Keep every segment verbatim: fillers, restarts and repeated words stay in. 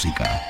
Música.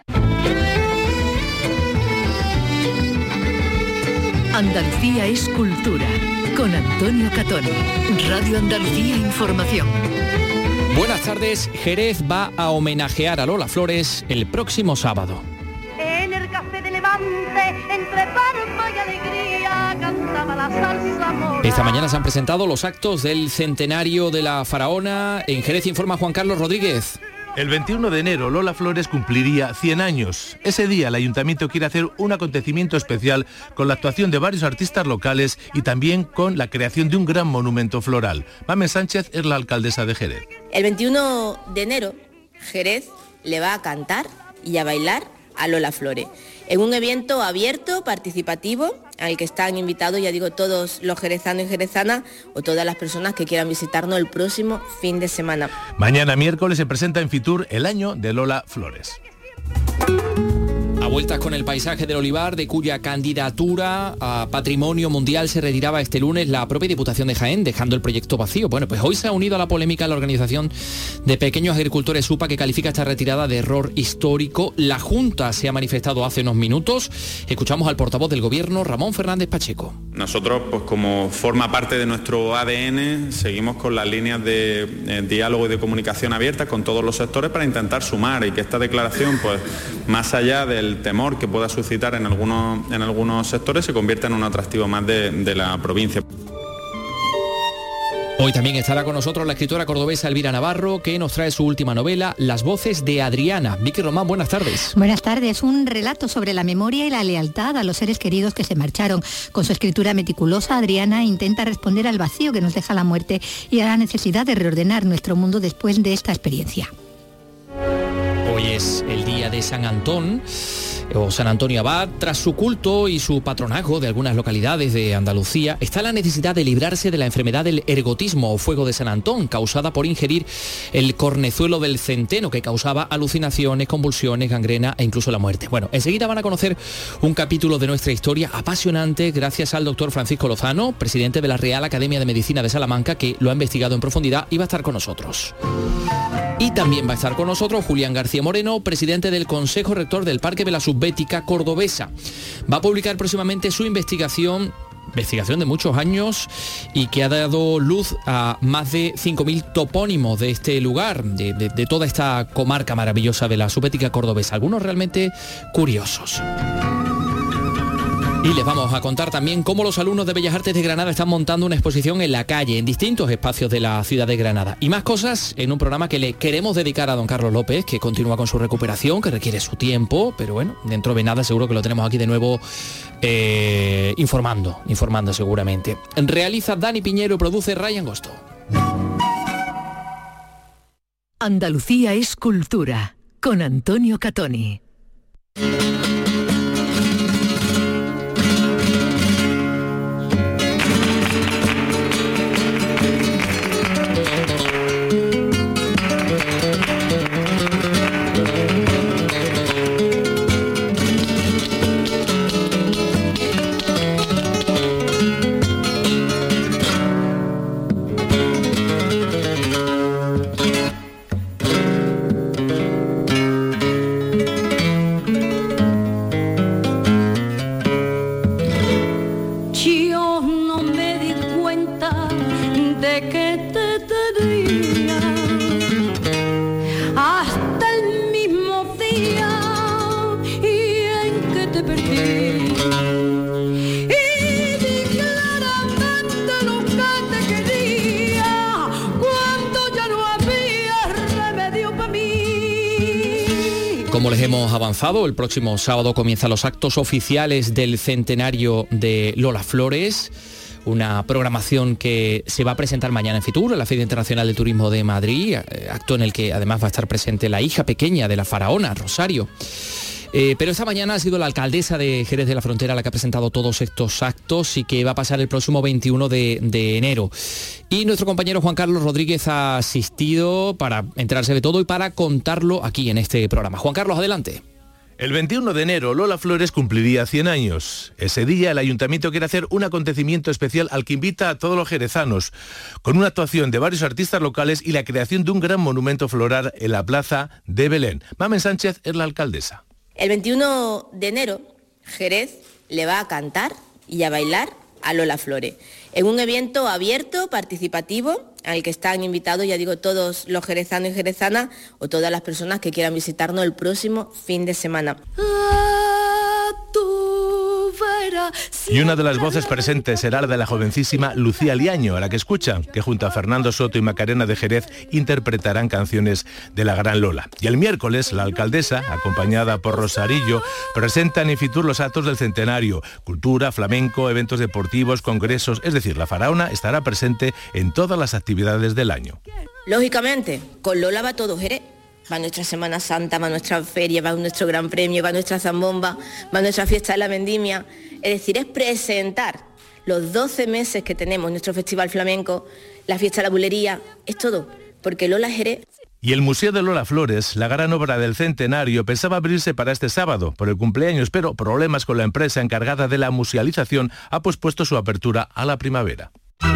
Andalucía es cultura, con Antonio Catón. Radio Andalucía Información. Buenas tardes. Jerez va a homenajear a Lola Flores el próximo sábado. En el café de Levante, entre barba y alegría, cantaba la salsa mora. Esta mañana se han presentado los actos del centenario de la faraona. En Jerez informa Juan Carlos Rodríguez. El veintiuno de enero Lola Flores cumpliría cien años. Ese día el ayuntamiento quiere hacer un acontecimiento especial con la actuación de varios artistas locales y también con la creación de un gran monumento floral. Mamen Sánchez es la alcaldesa de Jerez. El veintiuno de enero Jerez le va a cantar y a bailar a Lola Flores, en un evento abierto, participativo, al que están invitados, ya digo, todos los jerezanos y jerezanas o todas las personas que quieran visitarnos el próximo fin de semana. Mañana miércoles se presenta en Fitur el año de Lola Flores. A vueltas con el paisaje del olivar, de cuya candidatura a Patrimonio Mundial se retiraba este lunes la propia Diputación de Jaén, dejando el proyecto vacío. Bueno, pues hoy se ha unido a la polémica la Organización de Pequeños Agricultores UPA, que califica esta retirada de error histórico. La Junta se ha manifestado hace unos minutos. Escuchamos al portavoz del Gobierno, Ramón Fernández Pacheco. Nosotros, pues como forma parte de nuestro A D N, seguimos con las líneas de eh, diálogo y de comunicación abiertas con todos los sectores para intentar sumar y que esta declaración, pues más allá del temor que pueda suscitar en algunos, en algunos sectores, se convierta en un atractivo más de, de la provincia. Hoy también estará con nosotros la escritora cordobesa Elvira Navarro, que nos trae su última novela, Las voces de Adriana. Vicky Román, buenas tardes. Buenas tardes. Un relato sobre la memoria y la lealtad a los seres queridos que se marcharon. Con su escritura meticulosa, Adriana intenta responder al vacío que nos deja la muerte y a la necesidad de reordenar nuestro mundo después de esta experiencia. Hoy es el día de San Antón, o San Antonio Abad. Tras su culto y su patronazgo de algunas localidades de Andalucía, está la necesidad de librarse de la enfermedad del ergotismo o fuego de San Antón, causada por ingerir el cornezuelo del centeno, que causaba alucinaciones, convulsiones, gangrena e incluso la muerte. Bueno, enseguida van a conocer un capítulo de nuestra historia apasionante gracias al doctor Francisco Lozano, presidente de la Real Academia de Medicina de Salamanca, que lo ha investigado en profundidad y va a estar con nosotros. Y también va a estar con nosotros Julián García Moreno, presidente del Consejo Rector del Parque de la Subbética Cordobesa. Va a publicar próximamente su investigación, investigación de muchos años y que ha dado luz a más de cinco mil topónimos de este lugar, de, de, de toda esta comarca maravillosa de la Subbética Cordobesa, algunos realmente curiosos. Y les vamos a contar también cómo los alumnos de Bellas Artes de Granada están montando una exposición en la calle, en distintos espacios de la ciudad de Granada. Y más cosas en un programa que le queremos dedicar a don Carlos López, que continúa con su recuperación, que requiere su tiempo, pero bueno, dentro de nada seguro que lo tenemos aquí de nuevo eh, informando, informando seguramente. Realiza Dani Piñero y produce Ryan Gosto. Andalucía es cultura, con Antonio Catoni. Como les hemos avanzado, el próximo sábado comienzan los actos oficiales del centenario de Lola Flores, una programación que se va a presentar mañana en Fitur, en la Feria Internacional de Turismo de Madrid, acto en el que además va a estar presente la hija pequeña de la faraona, Rosario. Eh, pero esta mañana ha sido la alcaldesa de Jerez de la Frontera la que ha presentado todos estos actos y que va a pasar el próximo veintiuno de enero. Y nuestro compañero Juan Carlos Rodríguez ha asistido para enterarse de todo y para contarlo aquí en este programa. Juan Carlos, adelante. El veintiuno de enero, Lola Flores cumpliría cien años. Ese día, el ayuntamiento quiere hacer un acontecimiento especial al que invita a todos los jerezanos, con una actuación de varios artistas locales y la creación de un gran monumento floral en la plaza de Belén. Mamen Sánchez es la alcaldesa. El veintiuno de enero, Jerez le va a cantar y a bailar a Lola Flores, en un evento abierto, participativo, al que están invitados, ya digo, todos los jerezanos y jerezanas o todas las personas que quieran visitarnos el próximo fin de semana. Y una de las voces presentes será la de la jovencísima Lucía Liaño, a la que escuchan, que junto a Fernando Soto y Macarena de Jerez interpretarán canciones de la gran Lola. Y el miércoles, la alcaldesa, acompañada por Rosarillo, presentan en Fitur los actos del centenario, cultura, flamenco, eventos deportivos, congresos, es decir, la faraona estará presente en todas las actividades del año. Lógicamente, con Lola va todo Jerez. Va nuestra Semana Santa, va nuestra feria, va nuestro Gran Premio, va nuestra zambomba, va nuestra fiesta de la vendimia. Es decir, es presentar los doce meses que tenemos nuestro Festival Flamenco, la fiesta de la bulería, es todo, porque Lola es Jerez. Y el Museo de Lola Flores, la gran obra del centenario, pensaba abrirse para este sábado, por el cumpleaños, pero problemas con la empresa encargada de la musealización ha pospuesto su apertura a la primavera.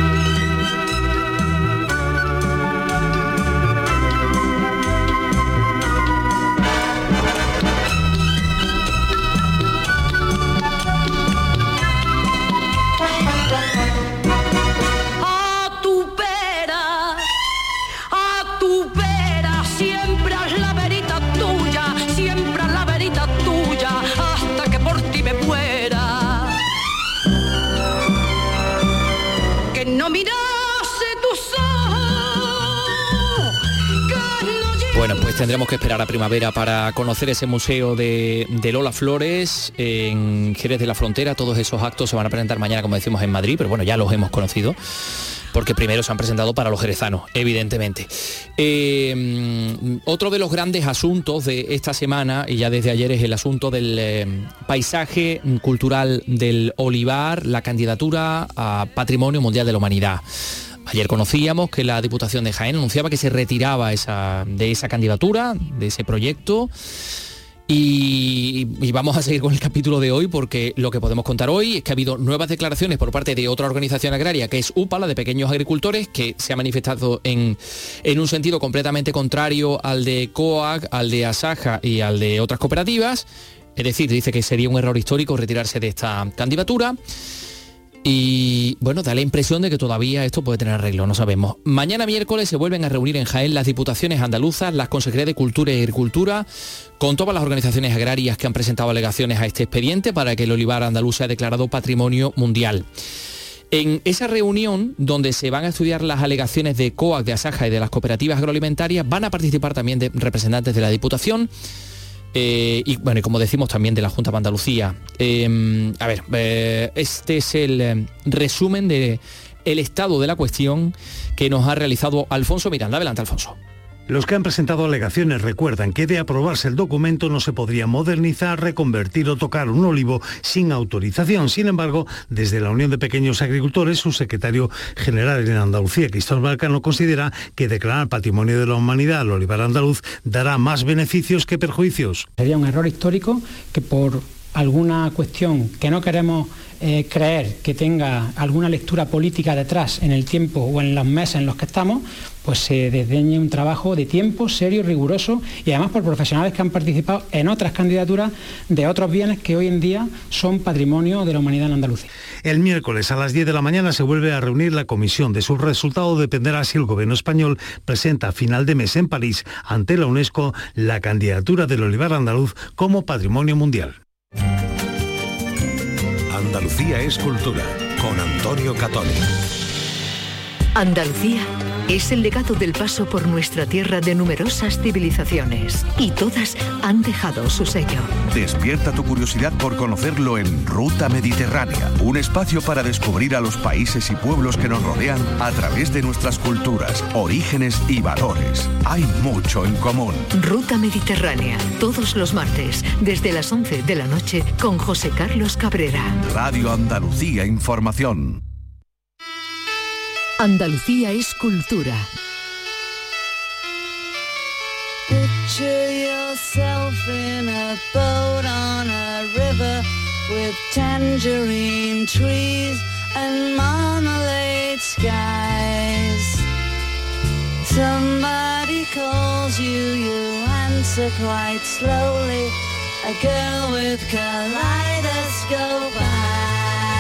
Bueno, pues tendremos que esperar a primavera para conocer ese museo de, de Lola Flores en Jerez de la Frontera. Todos esos actos se van a presentar mañana, como decimos, en Madrid, pero bueno, ya los hemos conocido, porque primero se han presentado para los jerezanos, evidentemente. Eh, otro de los grandes asuntos de esta semana, y ya desde ayer, es el asunto del eh, paisaje cultural del olivar, la candidatura a Patrimonio Mundial de la Humanidad. Ayer conocíamos que la Diputación de Jaén anunciaba que se retiraba esa, de esa candidatura, de ese proyecto. Y, y vamos a seguir con el capítulo de hoy, porque lo que podemos contar hoy es que ha habido nuevas declaraciones por parte de otra organización agraria, que es U P A, la de pequeños agricultores, que se ha manifestado en, en un sentido completamente contrario al de COAG, al de Asaja y al de otras cooperativas. Es decir, dice que sería un error histórico retirarse de esta candidatura. Y bueno, da la impresión de que todavía esto puede tener arreglo, no sabemos. Mañana miércoles se vuelven a reunir en Jaén las diputaciones andaluzas, las consejerías de Cultura y Agricultura, con todas las organizaciones agrarias que han presentado alegaciones a este expediente para que el olivar andaluz sea declarado Patrimonio Mundial. En esa reunión, donde se van a estudiar las alegaciones de COAG, de Asaja y de las cooperativas agroalimentarias, van a participar también de representantes de la Diputación, Eh, y bueno, y como decimos, también de la Junta de Andalucía. Eh, a ver, eh, este es el eh, resumen de el estado de la cuestión que nos ha realizado Alfonso Miranda. Adelante, Alfonso. Los que han presentado alegaciones recuerdan que de aprobarse el documento no se podría modernizar, reconvertir o tocar un olivo sin autorización. Sin embargo, desde la Unión de Pequeños Agricultores, su secretario general en Andalucía, Cristóbal Balcano, considera que declarar Patrimonio de la Humanidad al olivar andaluz dará más beneficios que perjuicios. Sería un error histórico que por alguna cuestión que no queremos eh, creer que tenga alguna lectura política detrás en el tiempo o en los meses en los que estamos, pues se desdeñe un trabajo de tiempo serio y riguroso, y además por profesionales que han participado en otras candidaturas de otros bienes que hoy en día son patrimonio de la humanidad en Andalucía. El miércoles a las diez de la mañana se vuelve a reunir la comisión. De su resultado dependerá si el gobierno español presenta a final de mes en París, ante la UNESCO, la candidatura del olivar andaluz como Patrimonio Mundial. Andalucía es cultura, con Antonio Catoni. Andalucía es el legado del paso por nuestra tierra de numerosas civilizaciones, y todas han dejado su sello. Despierta tu curiosidad por conocerlo en Ruta Mediterránea, un espacio para descubrir a los países y pueblos que nos rodean a través de nuestras culturas, orígenes y valores. Hay mucho en común. Ruta Mediterránea, todos los martes, desde las once de la noche, con José Carlos Cabrera. Radio Andalucía Información. Andalucía es cultura. Picture yourself in a a boat on a river with tangerine trees and marmalade skies. Somebody calls you, you answer quite slowly. A girl with kaleidoscope eyes.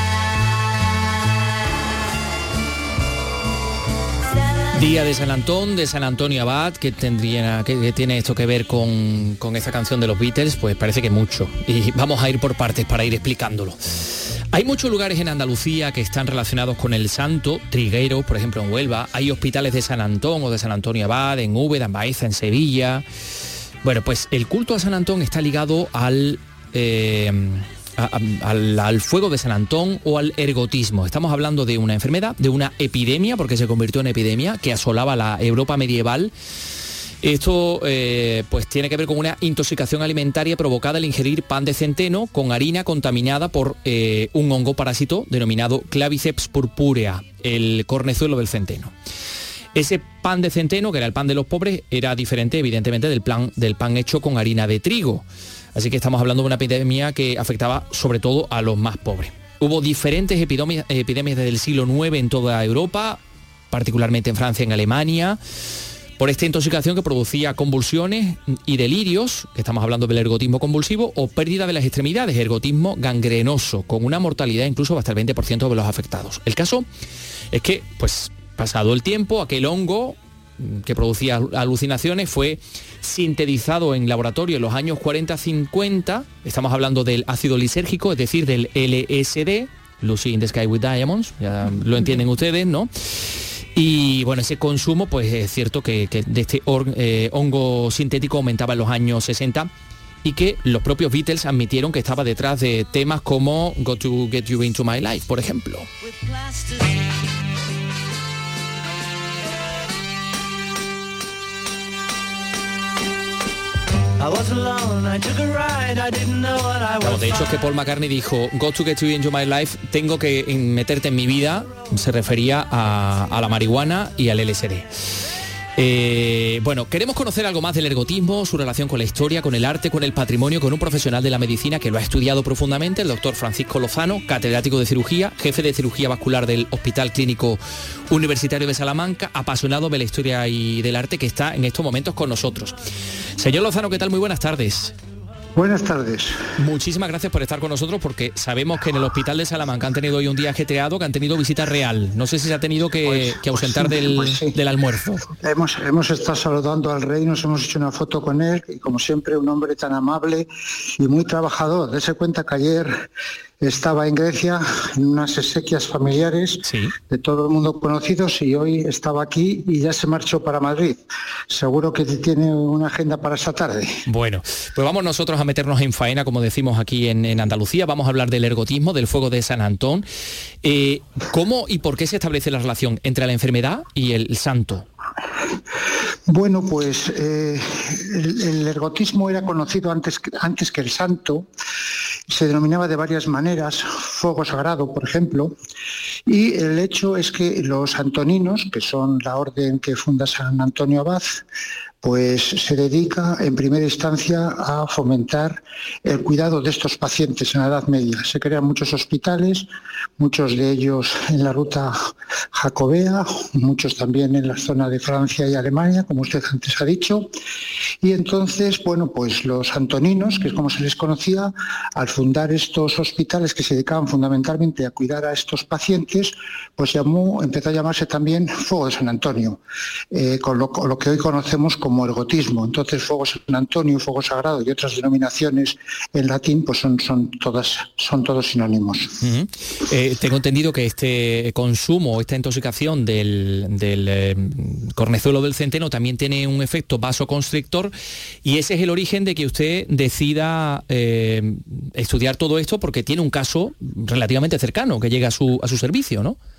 Día de San Antón, de San Antonio Abad, que tendría, que, que tiene esto que ver con, con esa canción de los Beatles, pues parece que mucho. Y vamos a ir por partes para ir explicándolo. Hay muchos lugares en Andalucía que están relacionados con el santo, Trigueros, por ejemplo, en Huelva. Hay hospitales de San Antón o de San Antonio Abad, en Úbeda, en Baeza, en Sevilla. Bueno, pues el culto a San Antón está ligado al... Eh, A, a, al, al fuego de San Antón o al ergotismo. Estamos hablando de una enfermedad, de una epidemia, porque se convirtió en epidemia, que asolaba la Europa medieval. Esto eh, pues tiene que ver con una intoxicación alimentaria provocada al ingerir pan de centeno con harina contaminada por eh, un hongo parásito denominado Claviceps purpurea, el cornezuelo del centeno. Ese pan de centeno, que era el pan de los pobres, era diferente evidentemente del, plan, del pan hecho con harina de trigo. Así que estamos hablando de una epidemia que afectaba sobre todo a los más pobres. Hubo diferentes epidemias, epidemias desde el siglo nueve en toda Europa, particularmente en Francia y en Alemania, por esta intoxicación que producía convulsiones y delirios, que estamos hablando del ergotismo convulsivo, o pérdida de las extremidades, ergotismo gangrenoso, con una mortalidad incluso hasta el veinte por ciento de los afectados. El caso es que, pues, pasado el tiempo, aquel hongo que producía alucinaciones fue sintetizado en laboratorio en los años cuarenta cincuenta, estamos hablando del ácido lisérgico, es decir, del L S D, Lucy in the Sky with Diamonds, ya lo entienden ustedes, ¿no? Y bueno, ese consumo, pues es cierto que, que de este or, eh, hongo sintético aumentaba en los años sesenta y que los propios Beatles admitieron que estaba detrás de temas como Got to Get You Into My Life, por ejemplo. Bueno, de hecho es que Paul McCartney dijo Got to Get You Into My Life, tengo que meterte en mi vida, se refería a, a la marihuana y al L S D. Eh, bueno, queremos conocer algo más del ergotismo, su relación con la historia, con el arte, con el patrimonio, con un profesional de la medicina que lo ha estudiado profundamente, el doctor Francisco Lozano, catedrático de cirugía, jefe de cirugía vascular del Hospital Clínico Universitario de Salamanca, apasionado de la historia y del arte, que está en estos momentos con nosotros. Señor Lozano, ¿qué tal? Muy buenas tardes. Buenas tardes. Muchísimas gracias por estar con nosotros, porque sabemos que en el Hospital de Salamanca han tenido hoy un día ajetreado, que han tenido visita real. No sé si se ha tenido que, pues, que ausentar pues, del, pues sí. del almuerzo. Hemos, hemos estado saludando al rey, nos hemos hecho una foto con él, y como siempre un hombre tan amable y muy trabajador. Dese cuenta que ayer estaba en Grecia en unas exequias familiares, sí, de todo el mundo conocidos, y hoy estaba aquí y ya se marchó para Madrid. Seguro que tiene una agenda para esta tarde. Bueno, pues vamos nosotros a meternos en faena, como decimos aquí en, en Andalucía. Vamos a hablar del ergotismo, del fuego de San Antón. Eh, ¿Cómo y por qué se establece la relación entre la enfermedad y el santo? Bueno, pues eh, el, el ergotismo era conocido antes, antes que el santo. Se denominaba de varias maneras, fuego sagrado, por ejemplo, y el hecho es que los antoninos, que son la orden que funda San Antonio Abad, pues se dedica en primera instancia a fomentar el cuidado de estos pacientes en la Edad Media. Se crean muchos hospitales, muchos de ellos en la ruta jacobea, muchos también en la zona de Francia y Alemania, como usted antes ha dicho, y entonces, bueno, pues los antoninos, que es como se les conocía, al fundar estos hospitales que se dedicaban fundamentalmente a cuidar a estos pacientes, pues llamó, empezó a llamarse también Fuego de San Antonio, eh, con, lo, con lo que hoy conocemos como como ergotismo. Entonces, fuego San Antonio, fuego sagrado y otras denominaciones en latín, pues son, son todas, son todos sinónimos. Uh-huh. Eh, tengo entendido que este consumo, esta intoxicación del, del eh, cornezuelo del centeno también tiene un efecto vasoconstrictor, y ese es el origen de que usted decida eh, estudiar todo esto, porque tiene un caso relativamente cercano que llega a su, a su servicio, ¿no?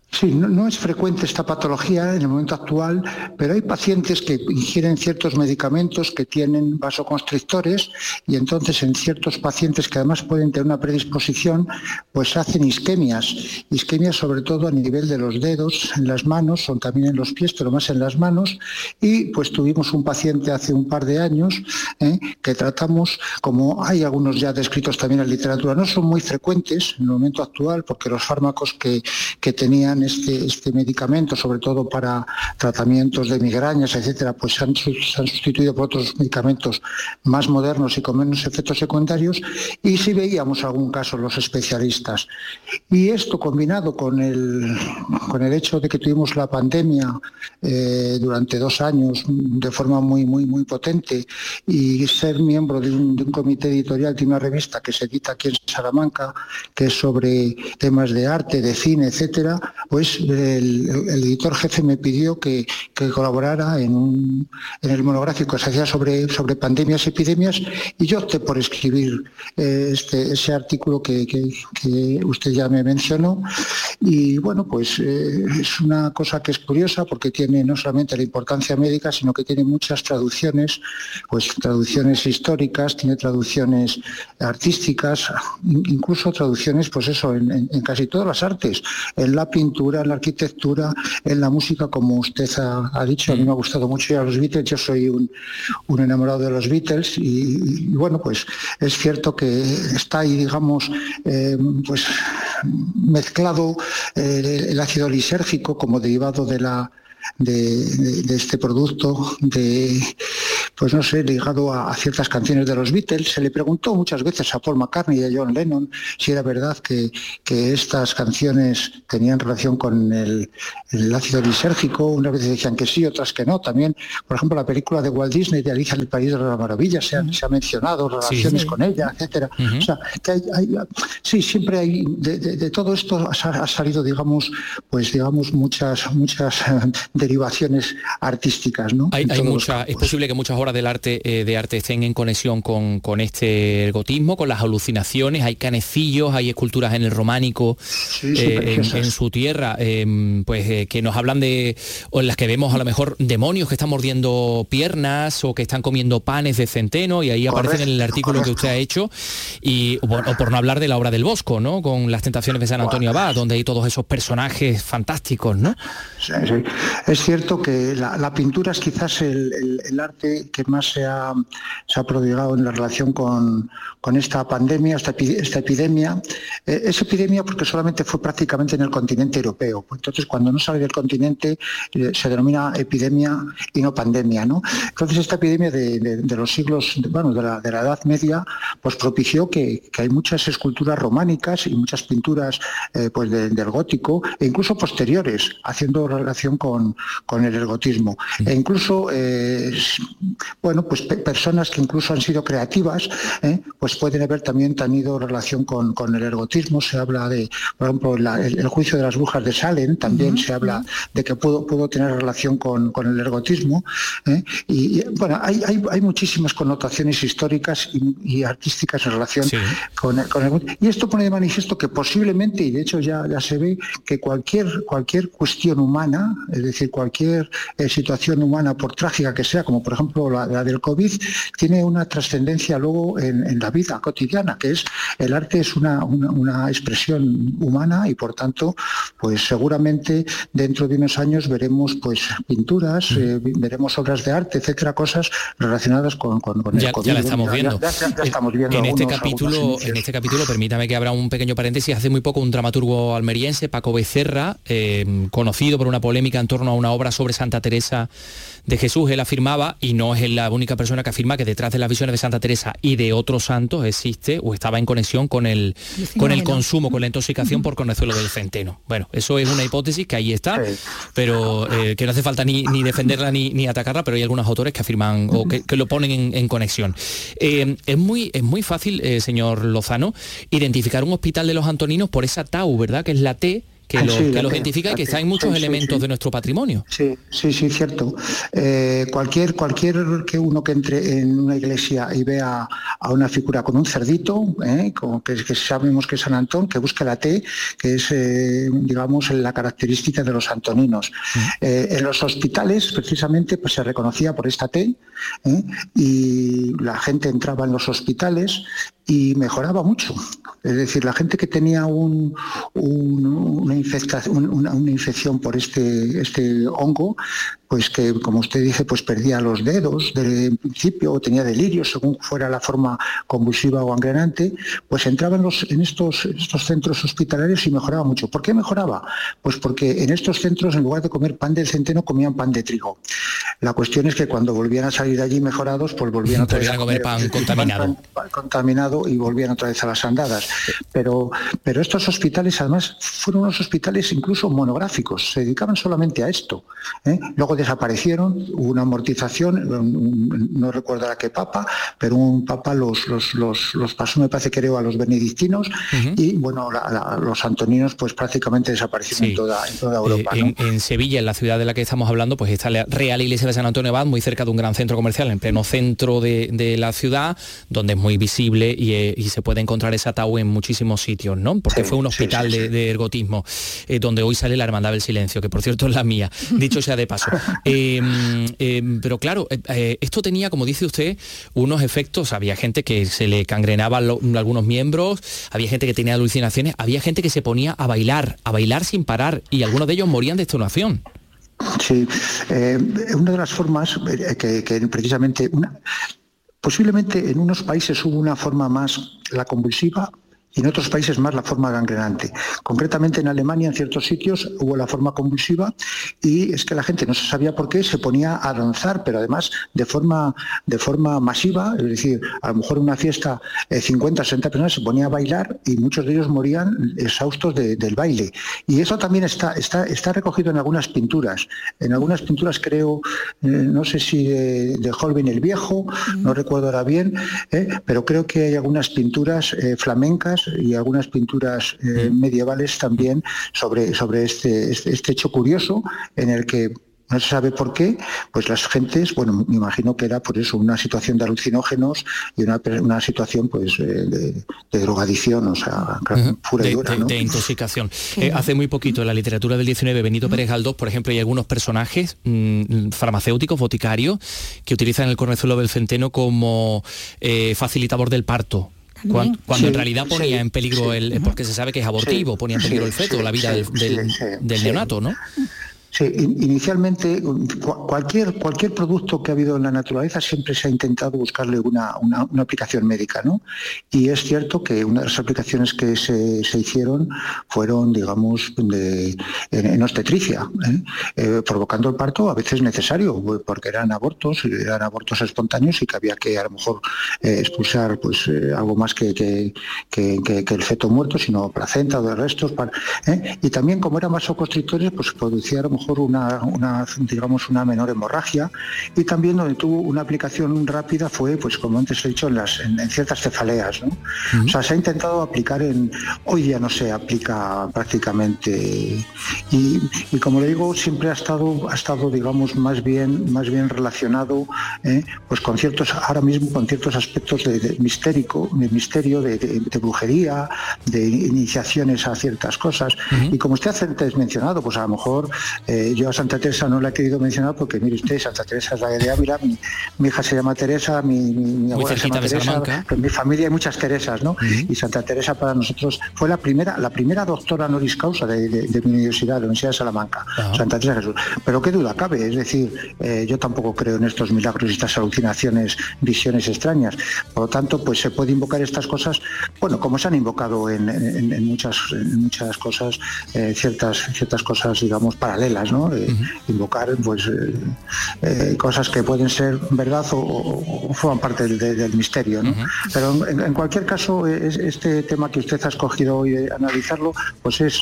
Sí, no, no es frecuente esta patología en el momento actual, pero hay pacientes que ingieren ciertos medicamentos que tienen vasoconstrictores y entonces en ciertos pacientes que además pueden tener una predisposición, pues hacen isquemias, isquemias sobre todo a nivel de los dedos, en las manos, son también en los pies, pero más en las manos, y pues tuvimos un paciente hace un par de años eh, que tratamos, como hay algunos ya descritos también en la literatura, no son muy frecuentes en el momento actual porque los fármacos que, que tenían Este, este medicamento, sobre todo para tratamientos de migrañas, etcétera, pues se han, se han sustituido por otros medicamentos más modernos y con menos efectos secundarios, y sí veíamos algún caso los especialistas. Y esto combinado con el, con el hecho de que tuvimos la pandemia eh, durante dos años de forma muy, muy, muy potente, y ser miembro de un, de un comité editorial de una revista que se edita aquí en Salamanca, que es sobre temas de arte, de cine, etcétera, pues el, el editor jefe me pidió que, que colaborara en, un, en el monográfico que se hacía sobre, sobre pandemias y epidemias, y yo opté por escribir eh, este, ese artículo que, que, que usted ya me mencionó. Y bueno, pues eh, es una cosa que es curiosa porque tiene no solamente la importancia médica, sino que tiene muchas traducciones, pues traducciones históricas, tiene traducciones artísticas, incluso traducciones, pues eso, en, en, en casi todas las artes, en la pintura, en la arquitectura, en la música, como usted ha, ha dicho. A mí me ha gustado mucho ir a los Beatles, yo soy un, un enamorado de los Beatles, y, y bueno, pues es cierto que está ahí, digamos, eh, pues mezclado eh, el ácido lisérgico como derivado de la De, de, de este producto, de, pues no sé, ligado a, a ciertas canciones de los Beatles. Se le preguntó muchas veces a Paul McCartney y a John Lennon si era verdad que, que estas canciones tenían relación con el, el ácido lisérgico. Unas veces decían que sí, otras que no. También, por ejemplo, la película de Walt Disney de Alicia en el País de las Maravillas, se ha, se ha mencionado relaciones sí, sí. con ella, etcétera. Uh-huh. O sea, que hay, hay, sí, siempre hay, de, de, de todo esto ha, ha salido, digamos, pues digamos, muchas, muchas derivaciones artísticas, ¿no? Hay, hay mucha, es posible que muchas obras del arte eh, de arte estén en conexión con, con este ergotismo, con las alucinaciones. Hay canecillos, hay esculturas en el románico, sí, eh, en, en su tierra, eh, pues eh, que nos hablan de, o en las que vemos a lo mejor demonios que están mordiendo piernas o que están comiendo panes de centeno, y ahí correcto, aparecen en el artículo correcto. que usted ha hecho. Y o, o por no hablar de la obra del Bosco, ¿no? Con las tentaciones de San Antonio Abad, donde hay todos esos personajes fantásticos, ¿no? Sí, sí. Es cierto que la, la pintura es quizás el, el, el arte que más se ha, se ha prodigado en la relación con, con esta pandemia, esta, esta epidemia. Eh, es epidemia porque solamente fue prácticamente en el continente europeo. Entonces, cuando no sale del continente, eh, se denomina epidemia y no pandemia, ¿no? Entonces, esta epidemia de, de, de los siglos, de, bueno, de la, de la Edad Media, pues propició que, que hay muchas esculturas románicas y muchas pinturas eh, pues de, del gótico, e incluso posteriores, haciendo relación con con el ergotismo. E incluso, eh, bueno, pues pe personas que incluso han sido creativas, eh, pues pueden haber también tenido relación con, con el ergotismo. Se habla de, por ejemplo, la, el, el juicio de las brujas de Salem, también uh-huh. se habla de que pudo, pudo tener relación con, con el ergotismo. Eh, y, y, bueno, hay, hay, hay muchísimas connotaciones históricas y, y artísticas en relación sí. con, con el... Y esto pone de manifiesto que posiblemente, y de hecho ya, ya se ve, que cualquier, cualquier cuestión humana, es decir, cualquier eh, situación humana, por trágica que sea, como por ejemplo la, la del COVID, tiene una trascendencia luego en, en la vida cotidiana, que es el arte es una, una, una expresión humana, y por tanto, pues seguramente dentro de unos años veremos pues pinturas, eh, veremos obras de arte, etcétera, cosas relacionadas con, con, con ya, el COVID. Ya la estamos viendo. Ya, ya, ya, ya estamos viendo en, algunos, este capítulo, en este capítulo, permítame que abra un pequeño paréntesis. Hace muy poco un dramaturgo almeriense, Paco Becerra, eh, conocido por una polémica en torno a una obra sobre Santa Teresa de Jesús, él afirmaba, y no es la única persona que afirma, que detrás de las visiones de Santa Teresa y de otros santos existe o estaba en conexión con el, con el consumo, con la intoxicación por consuelo del centeno. Bueno, eso es una hipótesis que ahí está, pero eh, que no hace falta ni, ni defenderla ni, ni atacarla, pero hay algunos autores que afirman o que, que lo ponen en, en conexión. Eh, es, muy, es muy fácil, eh, señor Lozano, identificar un hospital de los Antoninos por esa tau, ¿verdad? Que es la T, que, lo, sí, que los identifica y que está en muchos sí, elementos sí, sí. de nuestro patrimonio. Sí, sí, sí, cierto. Eh, cualquier, cualquier que uno que entre en una iglesia y vea a una figura con un cerdito, ¿eh? Como que, que sabemos que es San Antón, que busca la T, que es, eh, digamos, la característica de los antoninos. Uh-huh. Eh, en los hospitales, precisamente, pues se reconocía por esta T, ¿eh? Y la gente entraba en los hospitales y mejoraba mucho. Es decir, la gente que tenía un, un, una, infectación, una, una infección por este, este hongo, pues que, como usted dice, pues perdía los dedos de principio o tenía delirios según fuera la forma convulsiva o gangrenante, pues entraba en, los, en estos, estos centros hospitalarios y mejoraba mucho. ¿Por qué mejoraba? Pues porque en estos centros, en lugar de comer pan del centeno, comían pan de trigo. La cuestión es que cuando volvían a salir de allí mejorados, pues volvían otra vez a comer pan pues, contaminado. Pan, pan contaminado y volvían otra vez a las andadas. Pero, pero estos hospitales, además, fueron unos hospitales incluso monográficos, se dedicaban solamente a esto, ¿eh? Luego desaparecieron, hubo una amortización, un, no recuerdo a qué papa, pero un papa los, los, los, los pasó, me parece, creo, a los benedictinos, uh-huh. Y bueno, la, la, los antoninos pues prácticamente desaparecieron sí. en, toda, en toda Europa. Eh, ¿no? en, en Sevilla, en la ciudad de la que estamos hablando, pues está la Real Iglesia de San Antonio Abad, muy cerca de un gran centro comercial, en pleno centro de, de la ciudad, donde es muy visible y, eh, y se puede encontrar ese ataúd en muchísimos sitios, ¿no? Porque sí, fue un hospital sí, sí, de, sí. de ergotismo, eh, donde hoy sale la Hermandad del Silencio, que por cierto es la mía, dicho sea de paso. Eh, eh, pero claro, eh, esto tenía, como dice usted, unos efectos. Había gente que se le cangrenaban lo, algunos miembros, había gente que tenía alucinaciones, había gente que se ponía a bailar, a bailar sin parar, y algunos de ellos morían de extenuación. Sí, eh, una de las formas eh, que, que precisamente, una, posiblemente en unos países hubo una forma más, la convulsiva, y en otros países más la forma gangrenante. Concretamente en Alemania, en ciertos sitios, hubo la forma convulsiva y es que la gente no se sabía por qué, se ponía a danzar, pero además de forma, de forma masiva, es decir, a lo mejor en una fiesta eh, cincuenta, sesenta personas se ponía a bailar y muchos de ellos morían exhaustos de, del baile. Y eso también está, está, está recogido en algunas pinturas. En algunas pinturas creo, eh, no sé si de, de Holbein el Viejo, mm. no recuerdo ahora bien, eh, pero creo que hay algunas pinturas eh, flamencas y algunas pinturas eh, medievales también sobre, sobre este, este, este hecho curioso en el que no se sabe por qué, pues las gentes, bueno, me imagino que era por eso una situación de alucinógenos y una, una situación pues de, de drogadicción, o sea, pura y dura, de, ¿no? de intoxicación. Eh, hace muy poquito en la literatura del diecinueve, Benito Pérez Galdós, por ejemplo, hay algunos personajes mmm, farmacéuticos, boticarios, que utilizan el cornezuelo del centeno como eh, facilitador del parto. Cuando, cuando sí, en realidad ponía sí, en peligro sí. el, porque se sabe que es abortivo, sí, ponía en peligro sí, el feto, sí, la vida sí, del, del, sí, del neonato, ¿no? Sí, inicialmente cualquier, cualquier producto que ha habido en la naturaleza siempre se ha intentado buscarle una, una, una aplicación médica, ¿no? Y es cierto que una de las aplicaciones que se, se hicieron fueron, digamos, de, en, en obstetricia, ¿eh? Eh, provocando el parto a veces necesario, porque eran abortos, eran abortos espontáneos y que había que a lo mejor eh, expulsar pues eh, algo más que, que, que, que, que el feto muerto, sino placenta o de restos. Para, ¿eh? Y también como eran vasoconstrictores, pues producía a lo mejor Una, una, digamos, una menor hemorragia, y también donde tuvo una aplicación rápida fue, pues como antes he dicho, en, las, en, en ciertas cefaleas, ¿no? Uh-huh. O sea, se ha intentado aplicar en... Hoy día no se aplica prácticamente, y, y como le digo, siempre ha estado, ha estado digamos, más bien, más bien relacionado ¿eh? pues con ciertos, ahora mismo con ciertos aspectos de, de mistérico, de misterio, de, de, de brujería, de iniciaciones a ciertas cosas, uh-huh. Y como usted antes mencionado, pues a lo mejor Eh, yo a Santa Teresa no la he querido mencionar porque, mire usted, Santa Teresa es la de Ávila, mi, mi hija se llama Teresa, mi, mi, mi abuela se llama Teresa, en mi familia hay muchas Teresas, ¿no? Uh-huh. Y Santa Teresa para nosotros fue la primera la primera doctora honoris causa de, de, de mi universidad, de la Universidad de Salamanca, uh-huh. Santa Teresa Jesús. Pero qué duda cabe, es decir, eh, yo tampoco creo en estos milagros y estas alucinaciones, visiones extrañas. Por lo tanto, pues se puede invocar estas cosas, bueno, como se han invocado en, en, en, muchas, en muchas cosas, eh, ciertas, ciertas cosas, digamos, paralelas, ¿no? Eh, uh-huh. Invocar pues eh, eh, cosas que pueden ser verdad o, o, o forman parte del, del misterio, ¿no? Uh-huh. Pero en, en cualquier caso es, este tema que usted ha escogido hoy de analizarlo, pues es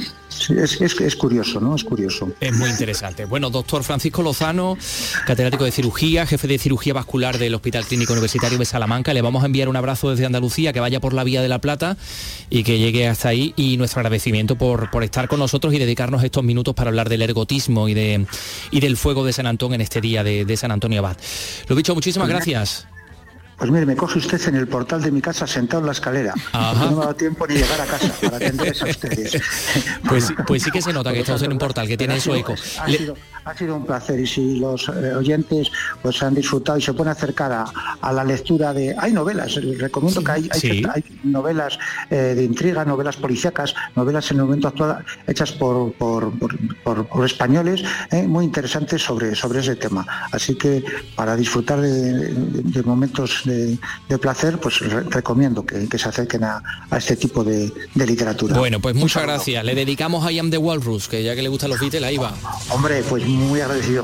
Es, es, es curioso, ¿no? Es curioso. Es muy interesante. Bueno, doctor Francisco Lozano, catedrático de cirugía, jefe de cirugía vascular del Hospital Clínico Universitario de Salamanca, le vamos a enviar un abrazo desde Andalucía, que vaya por la Vía de la Plata y que llegue hasta ahí, y nuestro agradecimiento por, por estar con nosotros y dedicarnos estos minutos para hablar del ergotismo y, de, y del fuego de San Antón en este día de, de San Antonio Abad. Lo dicho, muchísimas gracias. Pues mire, me coge usted en el portal de mi casa sentado en la escalera. Porque no me ha dado tiempo ni llegar a casa para atenderles a ustedes. Pues, pues sí que se nota que estamos en un portal que tiene su eco. Ha sido, ha sido un placer, y si los eh, oyentes pues han disfrutado y se pueden acercar a, a la lectura de... Hay novelas, les recomiendo que hay, hay, Sí. hay novelas eh, de intriga, novelas policíacas, novelas en el momento actual hechas por, por, por, por, por españoles, eh, muy interesantes sobre, sobre ese tema. Así que para disfrutar de, de, de momentos de, de placer, pues re- recomiendo que, que se acerquen a, a este tipo de, de literatura. Bueno, pues muchas gracias. Le dedicamos a I Am the Walrus, que ya que le gustan los Beatles, ahí va. Hombre, pues muy agradecido.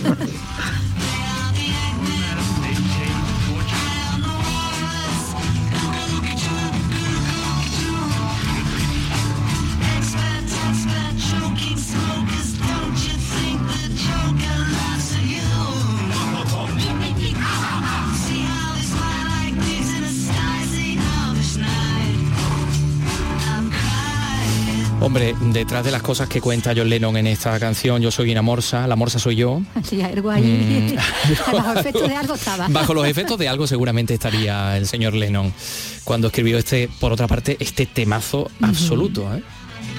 Hombre, detrás de las cosas que cuenta John Lennon en esta canción, Yo soy una morsa, la morsa soy yo. Sí, algo ahí. Mm. Bajo efectos de algo estaba. Bajo los efectos de algo seguramente estaría el señor Lennon cuando escribió este, por otra parte, este temazo absoluto, ¿eh?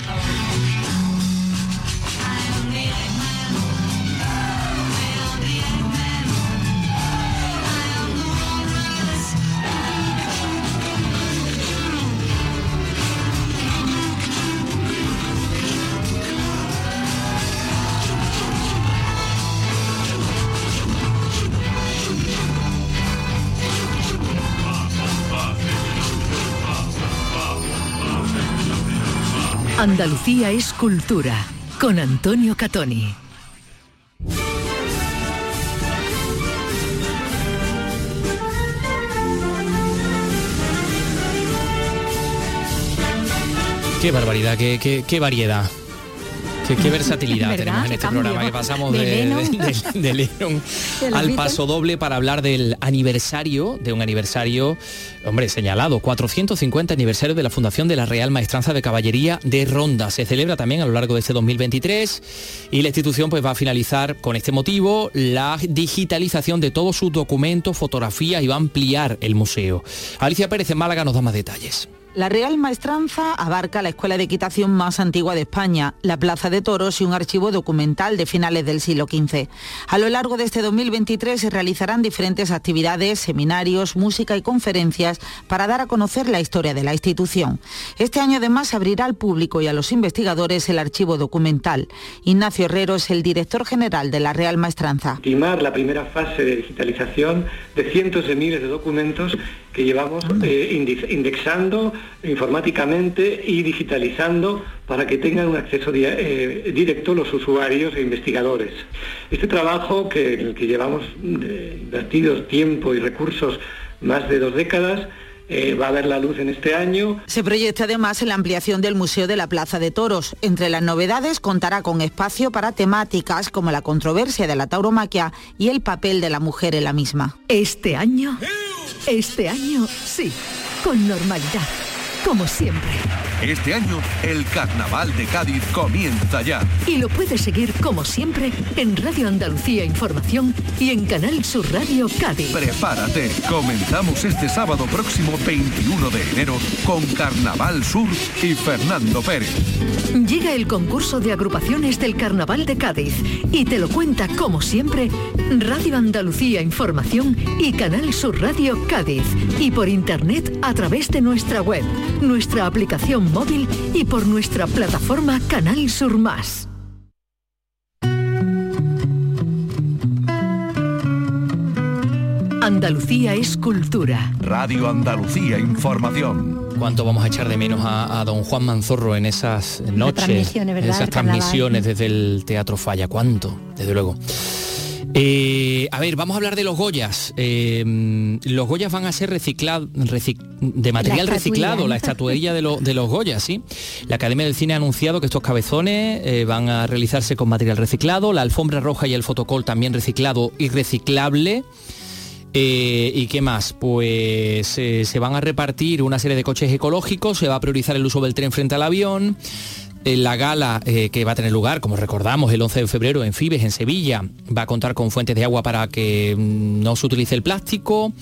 Andalucía es cultura, con Antonio Catoni. Qué barbaridad, qué, qué, qué variedad. Qué, qué versatilidad ¿Verdad? tenemos en este Cambio. programa, que pasamos De de, Lennon. de- de- de Lennon De los al Beatles. paso doble para hablar del aniversario, de un aniversario, hombre, señalado, cuatrocientos cincuenta aniversario de la fundación de la Real Maestranza de Caballería de Ronda. Se celebra también a lo largo de este dos mil veintitrés y la institución pues va a finalizar con este motivo la digitalización de todos sus documentos, fotografías y va a ampliar el museo. Alicia Pérez en Málaga nos da más detalles. La Real Maestranza abarca la escuela de equitación más antigua de España, la Plaza de Toros y un archivo documental de finales del siglo quince. A lo largo de este dos mil veintitrés se realizarán diferentes actividades, seminarios, música y conferencias para dar a conocer la historia de la institución. Este año además se abrirá al público y a los investigadores el archivo documental. Ignacio Herrero es el director general de la Real Maestranza. Ultimar la primera fase de digitalización de cientos de miles de documentos que llevamos eh, indi- indexando informáticamente y digitalizando para que tengan un acceso di- eh, directo los usuarios e investigadores. Este trabajo que, en el que llevamos eh, invertidos tiempo y recursos más de dos décadas, Eh, va a ver la luz en este año. Se proyecta además en la ampliación del Museo de la Plaza de Toros. Entre las novedades contará con espacio para temáticas como la controversia de la tauromaquia y el papel de la mujer en la misma. Este año, este año sí, con normalidad, como siempre. Este año, el Carnaval de Cádiz comienza ya. Y lo puedes seguir como siempre en Radio Andalucía Información y en Canal Sur Radio Cádiz. Prepárate, comenzamos este sábado próximo veintiuno de enero con Carnaval Sur y Fernando Pérez. Llega el concurso de agrupaciones del Carnaval de Cádiz y te lo cuenta como siempre Radio Andalucía Información y Canal Sur Radio Cádiz, y por internet a través de nuestra web, nuestra aplicación móvil y por nuestra plataforma Canal Sur Más. Andalucía es cultura. Radio Andalucía Información. Cuánto vamos a echar de menos a, a don Juan Manzorro en esas noches, transmisiones, ¿verdad? en esas El carnaval. transmisiones desde el Teatro Falla. Cuánto, desde luego. Eh, a ver, vamos a hablar de los Goyas. Eh, los Goyas van a ser reciclados de material La reciclado, estatuilla. la estatuilla de, lo- de los Goyas, ¿sí? La Academia del Cine ha anunciado que estos cabezones eh, van a realizarse con material reciclado, la alfombra roja y el fotocol también reciclado y reciclable. Eh, ¿Y qué más? Pues eh, se van a repartir una serie de coches ecológicos, se va a priorizar el uso del tren frente al avión. Eh, La gala eh, que va a tener lugar, como recordamos, el once de febrero en Fibes, en Sevilla, va a contar con fuentes de agua para que mm, no se utilice el plástico.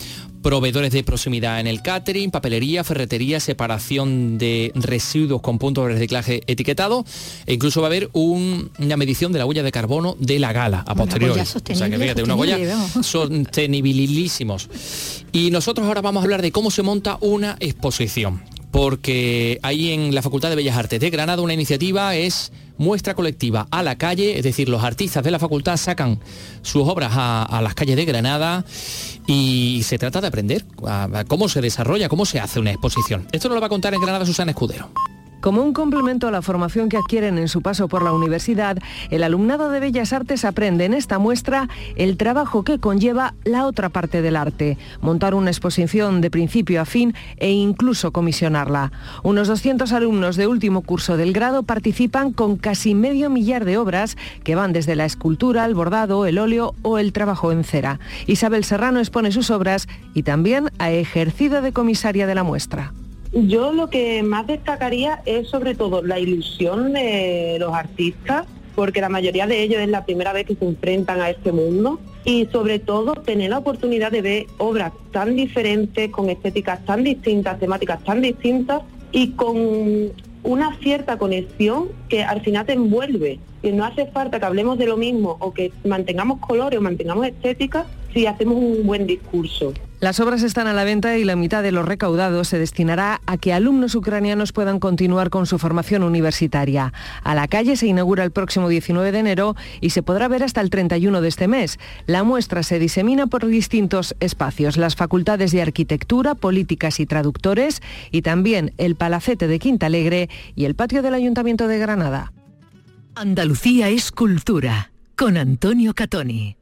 proveedores de proximidad en el catering, papelería, ferretería, separación de residuos con puntos de reciclaje etiquetado, e incluso va a haber un, una medición de la huella de carbono de la gala a posteriori. O sea que fíjate, una huella sostenibilísimos. Y nosotros ahora vamos a hablar de cómo se monta una exposición, porque hay en la Facultad de Bellas Artes de Granada una iniciativa, es muestra colectiva a la calle, es decir, los artistas de la facultad sacan sus obras a, a las calles de Granada y se trata de aprender a, a cómo se desarrolla, cómo se hace una exposición. Esto nos lo va a contar en Granada Susana Escudero. Como un complemento a la formación que adquieren en su paso por la universidad, el alumnado de Bellas Artes aprende en esta muestra el trabajo que conlleva la otra parte del arte, montar una exposición de principio a fin e incluso comisionarla. Unos doscientos alumnos de último curso del grado participan con casi medio millar de obras que van desde la escultura, el bordado, el óleo o el trabajo en cera. Isabel Serrano expone sus obras y también ha ejercido de comisaria de la muestra. Yo lo que más destacaría es sobre todo la ilusión de los artistas, porque la mayoría de ellos es la primera vez que se enfrentan a este mundo, y sobre todo tener la oportunidad de ver obras tan diferentes, con estéticas tan distintas, temáticas tan distintas y con una cierta conexión que al final te envuelve. Y no hace falta que hablemos de lo mismo o que mantengamos colores o mantengamos estética si hacemos un buen discurso. Las obras están a la venta y la mitad de lo recaudado se destinará a que alumnos ucranianos puedan continuar con su formación universitaria. A la calle se inaugura el próximo diecinueve de enero y se podrá ver hasta el treinta y uno de este mes. La muestra se disemina por distintos espacios, las facultades de Arquitectura, Políticas y Traductores, y también el Palacete de Quintalegre y el patio del Ayuntamiento de Granada. Andalucía es cultura, con Antonio Catoni.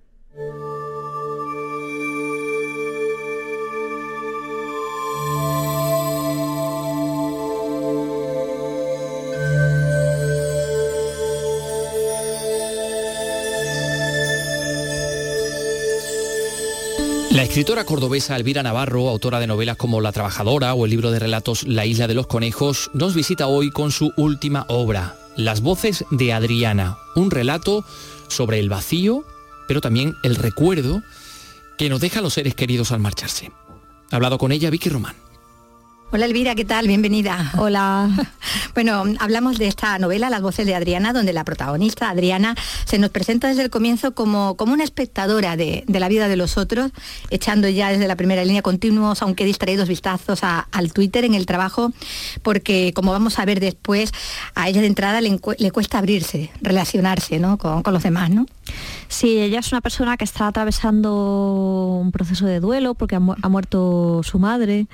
La escritora cordobesa Elvira Navarro, autora de novelas como La Trabajadora o el libro de relatos La Isla de los Conejos, nos visita hoy con su última obra, Las voces de Adriana, un relato sobre el vacío, pero también el recuerdo que nos deja a los seres queridos al marcharse. Ha hablado con ella Vicky Román. Hola Elvira, ¿qué tal? Bienvenida. Hola. Bueno, hablamos de esta novela, Las voces de Adriana, donde la protagonista, Adriana, se nos presenta desde el comienzo como, como una espectadora de, de la vida de los otros, echando ya desde la primera línea continuos, aunque distraídos vistazos a, al Twitter en el trabajo, porque como vamos a ver después, a ella de entrada le, le cuesta abrirse, relacionarse, ¿no? con, con los demás, ¿no? Sí, ella es una persona que está atravesando un proceso de duelo porque ha, mu- ha muerto su madre.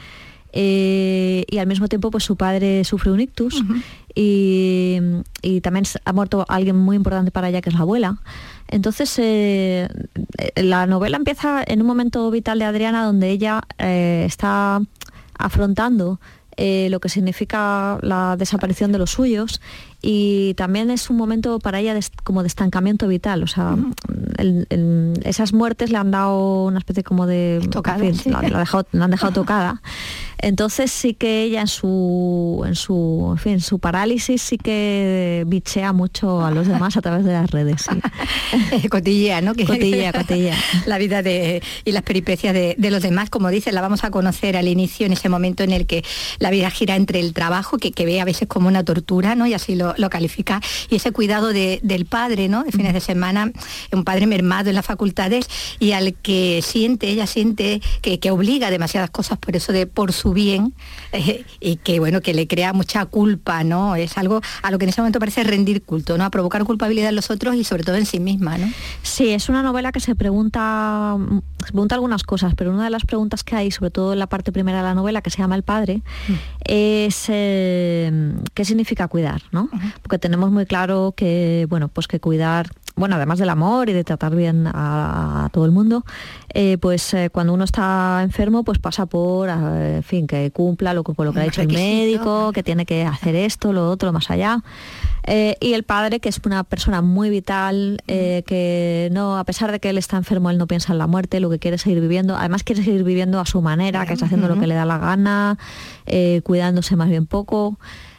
Eh, y al mismo tiempo pues su padre sufre un ictus. Uh-huh. y, y también ha muerto alguien muy importante para ella, que es la abuela. Entonces eh, la novela empieza en un momento vital de Adriana donde ella eh, está afrontando eh, lo que significa la desaparición de los suyos, y también es un momento para ella de, como de estancamiento vital, o sea, uh-huh. el, el, esas muertes le han dado una especie como de... Tocada, en fin, sí. la, la, dejado, la han dejado tocada. Entonces sí que ella en su, en su, en fin, su parálisis sí que bichea mucho a los demás a través de las redes. Sí. Cotillea, ¿no? Que cotillea, cotillea. La vida de, y las peripecias de, de los demás, como dices, la vamos a conocer al inicio, en ese momento en el que la vida gira entre el trabajo, que, que ve a veces como una tortura, ¿no? Y así lo, lo califica, y ese cuidado de, del padre, ¿no? De fines de semana, un padre mermado en las facultades y al que siente, ella siente que, que obliga demasiadas cosas, por eso de por su bien, eh, y que bueno, que le crea mucha culpa, ¿no? Es algo a lo que en ese momento parece rendir culto, ¿no? A provocar culpabilidad en los otros y sobre todo en sí misma, ¿no? Sí, es una novela que se pregunta, se pregunta algunas cosas, pero una de las preguntas que hay, sobre todo en la parte primera de la novela, que se llama El padre, mm. es eh, ¿qué significa cuidar, ¿no? Uh-huh. Porque tenemos muy claro que, bueno, pues que cuidar, bueno, además del amor y de tratar bien a, a todo el mundo, eh, pues eh, cuando uno está enfermo, pues pasa por, eh, en fin, que cumpla lo, con lo que ha dicho el médico, que tiene que hacer esto, lo otro, más allá. Eh, y el padre, que es una persona muy vital, eh, que no, a pesar de que él está enfermo, él no piensa en la muerte, lo que quiere es seguir viviendo, además quiere seguir viviendo a su manera, que está haciendo uh-huh. lo que le da la gana, eh, cuidándose más bien poco.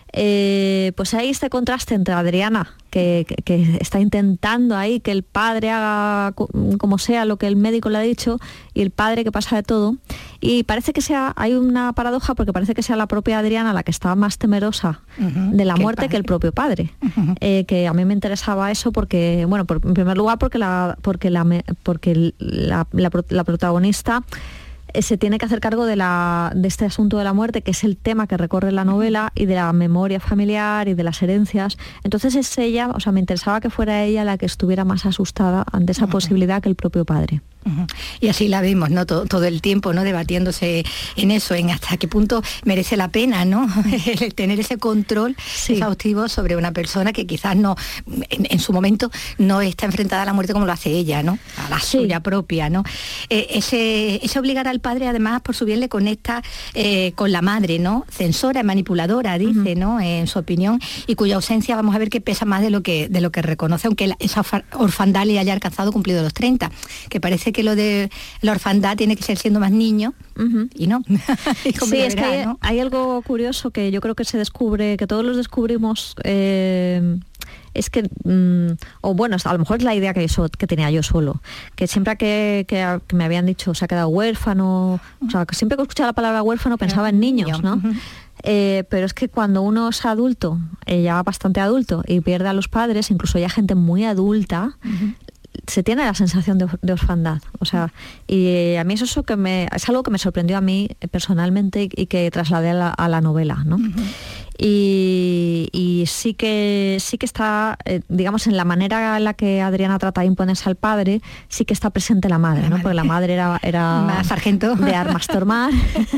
Eh, pues hay este contraste entre Adriana, que, que, que está intentando ahí que el padre haga como sea lo que el médico le ha dicho, y el padre que pasa de todo. Y parece que sea, hay una paradoja, porque parece que sea la propia Adriana la que estaba más temerosa uh-huh, de la que muerte el que el propio padre. Uh-huh. Eh, que a mí me interesaba eso porque, bueno, por, en primer lugar porque la, porque la, porque la, la, la protagonista se tiene que hacer cargo de, la, de este asunto de la muerte, que es el tema que recorre la novela, y de la memoria familiar y de las herencias. Entonces es ella, o sea, me interesaba que fuera ella la que estuviera más asustada ante esa uh-huh. posibilidad que el propio padre. Uh-huh. Y así la vemos, ¿no? Todo, todo el tiempo, ¿no? Debatiéndose en eso, en hasta qué punto merece la pena, ¿no? El tener ese control sí. exhaustivo sobre una persona que quizás no, en, en su momento, no está enfrentada a la muerte como lo hace ella, ¿no? A la sí. suya propia, ¿no? Eh, ese, ese obligar al padre, además, por su bien, le conecta eh, con la madre, ¿no? Censora, manipuladora, dice, uh-huh. ¿no? En su opinión, y cuya ausencia vamos a ver que pesa más de lo que, de lo que reconoce, aunque la, esa orfandad le haya alcanzado cumplido los treinta, que parece que lo de la orfandad tiene que ser siendo más niño, uh-huh. y no. y sí, es verá, que hay, ¿no? hay algo curioso que yo creo que se descubre, que todos los descubrimos, eh, es que, mmm, o bueno, a lo mejor es la idea que, yo, que tenía yo solo, que siempre que, que, que me habían dicho se ha quedado huérfano, uh-huh. o sea, que siempre que escuchaba la palabra huérfano pensaba uh-huh. en niños, ¿no? Uh-huh. Eh, pero es que cuando uno es adulto, eh, ya bastante adulto, y pierde a los padres, incluso ya gente muy adulta, uh-huh. se tiene la sensación de, de orfandad, o sea, y a mí eso es, eso que me, es algo que me sorprendió a mí personalmente, y, y que trasladé a la, a la novela, ¿no? Uh-huh. Y, y sí que sí que está, eh, digamos, en la manera en la que Adriana trata de imponerse al padre, sí que está presente la madre, la ¿no? Madre. Porque la madre era, era sargento de armas tomar.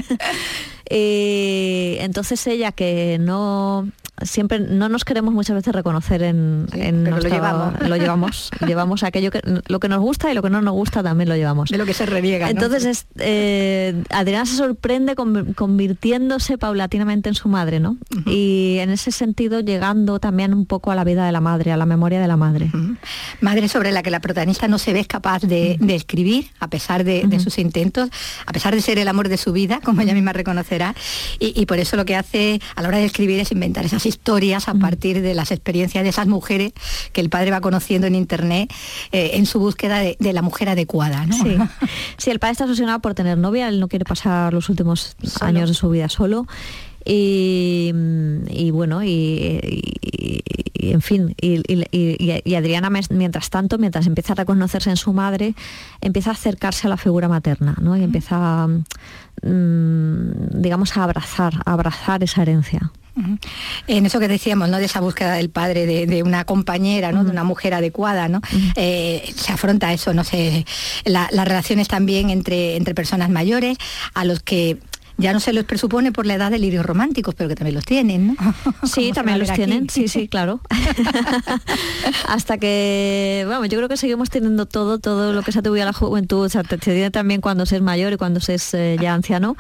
eh, entonces ella, que no siempre no nos queremos muchas veces reconocer en, sí, en pero nuestra, lo llevamos lo llevamos llevamos aquello que lo que nos gusta, y lo que no nos gusta también lo llevamos, de lo que se reniega, ¿no? Entonces es, eh, Adriana se sorprende convirtiéndose paulatinamente en su madre, ¿no? Uh-huh. Y en ese sentido llegando también un poco a la vida de la madre, a la memoria de la madre. Uh-huh. Madre sobre la que la protagonista no se ve capaz de, uh-huh. de escribir, a pesar de, uh-huh. de sus intentos, a pesar de ser el amor de su vida, como ella misma reconocerá, y, y por eso lo que hace a la hora de escribir es inventar esas historias a partir de las experiencias de esas mujeres que el padre va conociendo en internet, eh, en su búsqueda de, de la mujer adecuada, ¿no? Sí. Sí, el padre está obsesionado por tener novia, él no quiere pasar los últimos solo. años de su vida solo. Y, y bueno, y, y, y en fin, y, y, y Adriana, mientras tanto, mientras empieza a reconocerse en su madre, empieza a acercarse a la figura materna, ¿no? Y empieza, mmm, digamos, a abrazar, a abrazar esa herencia. Uh-huh. En eso que decíamos, ¿no? De esa búsqueda del padre, de, de una compañera, ¿no? Uh-huh. De una mujer adecuada, ¿no? Uh-huh. Eh, se afronta eso, no sé, la, las relaciones también entre, entre personas mayores, a los que ya no se los presupone por la edad delirios románticos, pero que también los tienen, ¿no? Sí, también los tienen, sí, sí, claro. Hasta que, bueno, yo creo que seguimos teniendo todo, todo lo que se atribuye a la juventud, o sea, se tiene también cuando se es mayor y cuando se es eh, ya anciano.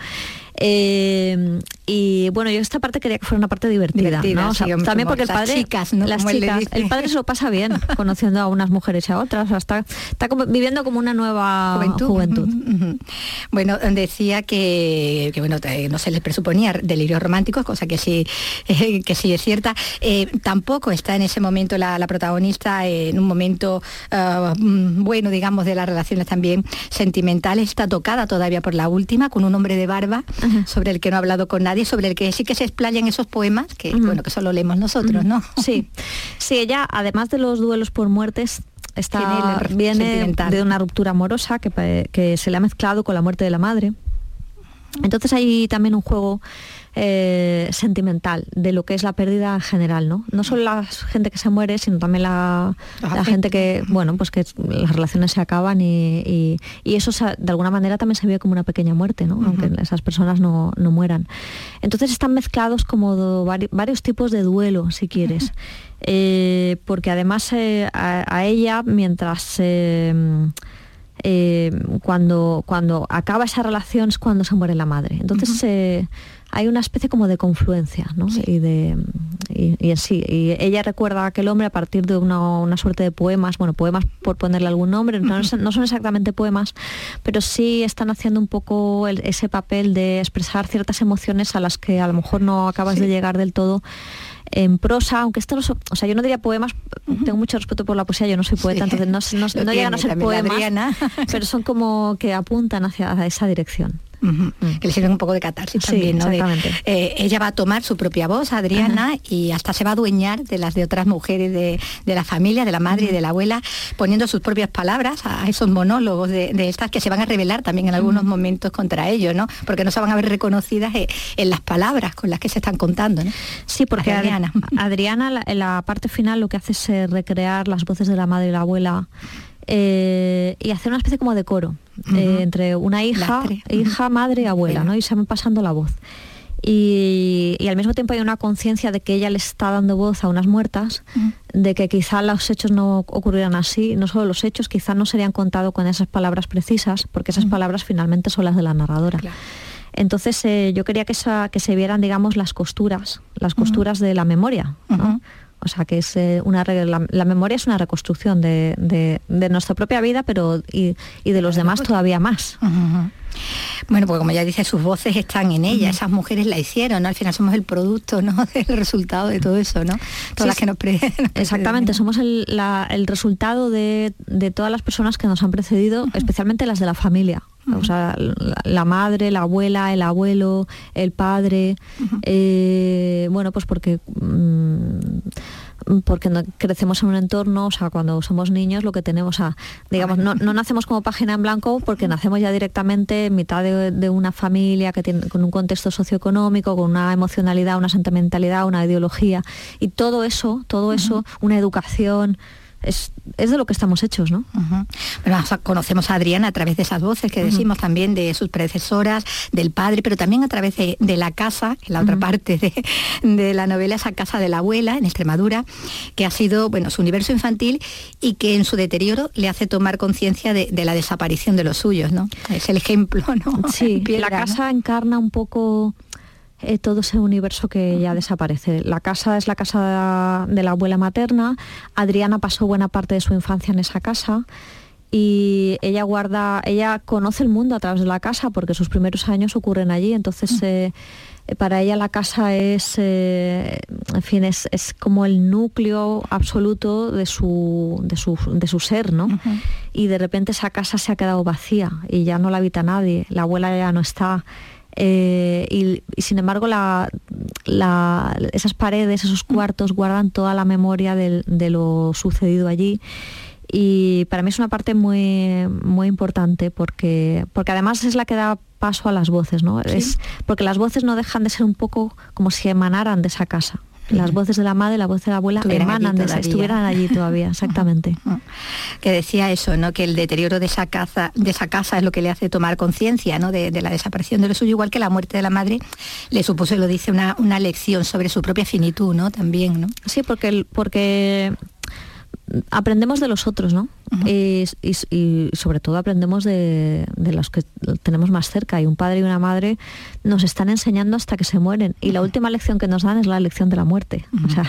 Eh, y bueno, yo esta parte quería que fuera una parte divertida, divertida, ¿no? O sea, sí, también porque el padre, chicas, ¿no? las chicas, el padre se lo pasa bien conociendo a unas mujeres y a otras, o sea, está, está como, viviendo como una nueva juventud. juventud. Uh-huh. Bueno, decía que, que bueno, no se les presuponía delirios románticos, cosa que sí, eh, que sí es cierta. Eh, tampoco está en ese momento la, la protagonista en un momento uh, bueno, digamos, de las relaciones también sentimentales. Está tocada todavía por la última, con un hombre de barba, uh-huh. sobre el que no ha hablado con nadie, sobre el que sí que se explayan esos poemas, que uh-huh. bueno, que solo leemos nosotros, uh-huh. ¿no? Sí, sí, ella, además de los duelos por muertes, está, viene de una ruptura amorosa que, que se le ha mezclado con la muerte de la madre. Entonces hay también un juego eh, sentimental de lo que es la pérdida en general, ¿no? No solo la gente que se muere, sino también la, la gente que, bueno, pues que las relaciones se acaban y, y, y eso se, de alguna manera también se vive como una pequeña muerte, ¿no? Uh-huh. Aunque esas personas no, no mueran. Entonces están mezclados como do, vari, varios tipos de duelo, si quieres. Uh-huh. eh, porque además eh, a, a ella, mientras... Eh, Eh, cuando, cuando acaba esa relación es cuando se muere la madre. Entonces uh-huh. eh, hay una especie como de confluencia, ¿no? Sí. y, de, y, y en sí. Y ella recuerda a aquel hombre a partir de una, una suerte de poemas, bueno, poemas por ponerle algún nombre, no, no son exactamente poemas, pero sí están haciendo un poco el, ese papel de expresar ciertas emociones a las que a lo mejor no acabas sí. de llegar del todo en prosa, aunque esto no son, o sea, yo no diría poemas, uh-huh. tengo mucho respeto por la poesía, yo no soy poeta, sí. entonces no, no, no llegan a ser poemas, pero son como que apuntan hacia esa dirección. Uh-huh. Mm. Que le sirven un poco de catarsis sí, también, ¿no? Exactamente. De, eh, ella va a tomar su propia voz, Adriana, uh-huh. y hasta se va a adueñar de las de otras mujeres de, de la familia, de la madre uh-huh. y de la abuela, poniendo sus propias palabras a esos monólogos de, de estas que se van a revelar también en algunos uh-huh. momentos contra ellos, ¿no? Porque no se van a ver reconocidas en, en las palabras con las que se están contando, ¿no? Sí, porque Adriana, Adriana la, en la parte final lo que hace es eh, recrear las voces de la madre y la abuela. Eh, y hacer una especie como de coro uh-huh. eh, entre una hija, hija, madre y abuela, uh-huh. ¿no? Y se van pasando la voz. Y, y al mismo tiempo hay una conciencia de que ella le está dando voz a unas muertas, uh-huh. de que quizá los hechos no ocurrieran así, no solo los hechos, quizá no serían contados con esas palabras precisas, porque esas uh-huh. palabras finalmente son las de la narradora. Claro. Entonces eh, yo quería que, esa, que se vieran, digamos, las costuras, las costuras uh-huh. de la memoria, ¿no? Uh-huh. O sea, que es eh, una la, la memoria es una reconstrucción de, de, de nuestra propia vida, pero y, y de los demás todavía más. Uh-huh. Bueno, pues como ya dice, sus voces están en ella, uh-huh. esas mujeres la hicieron, ¿no? Al final somos el producto, ¿no? del resultado de todo eso, ¿no? Todas sí, las que nos, pre- nos exactamente, somos el, la, el resultado de, de todas las personas que nos han precedido, uh-huh. especialmente las de la familia. Uh-huh. O sea, la, la madre, la abuela, el abuelo, el padre, uh-huh. eh, bueno, pues porque mmm, porque no, crecemos en un entorno, o sea, cuando somos niños lo que tenemos, a, digamos, no, no nacemos como página en blanco porque nacemos ya directamente en mitad de, de una familia que tiene, con un contexto socioeconómico, con una emocionalidad, una sentimentalidad, una ideología, y todo eso, todo eso, uh-huh. una educación. Es, es de lo que estamos hechos, ¿no? Uh-huh. Bueno, conocemos a Adriana a través de esas voces que decimos, uh-huh. también de sus predecesoras, del padre, pero también a través de, de la casa, en la uh-huh. otra parte de, de la novela, esa casa de la abuela en Extremadura, que ha sido, bueno, su universo infantil y que en su deterioro le hace tomar conciencia de, de la desaparición de los suyos, ¿no? Es el ejemplo, ¿no? Sí, piedra, la casa, ¿no? encarna un poco Eh, todo ese universo que ya desaparece. La casa es la casa de la abuela materna. Adriana pasó buena parte de su infancia en esa casa y ella guarda, ella conoce el mundo a través de la casa porque sus primeros años ocurren allí. Entonces eh, para ella la casa es, eh, en fin, es, es como el núcleo absoluto de su, de su, de su ser, ¿no? Uh-huh. Y de repente esa casa se ha quedado vacía y ya no la habita nadie. La abuela ya no está. Eh, y, y sin embargo la, la, esas paredes, esos cuartos guardan toda la memoria de, de lo sucedido allí, y para mí es una parte muy, muy importante porque, porque además es la que da paso a las voces, ¿no? ¿Sí? Es porque las voces no dejan de ser un poco como si emanaran de esa casa. Las voces de la madre, la voz de la abuela estuvieran emanan de esa, estuvieran allí todavía, exactamente. Que decía eso, ¿no? Que el deterioro de esa casa, de esa casa es lo que le hace tomar conciencia, ¿no? De, de la desaparición de lo suyo, igual que la muerte de la madre le supuso, lo dice, una, una lección sobre su propia finitud, ¿no? También, ¿no? Sí, porque porque aprendemos de los otros, ¿no? Uh-huh. y, y, y sobre todo aprendemos de, de los que tenemos más cerca, y un padre y una madre nos están enseñando hasta que se mueren, y uh-huh. la última lección que nos dan es la lección de la muerte. Uh-huh. O sea,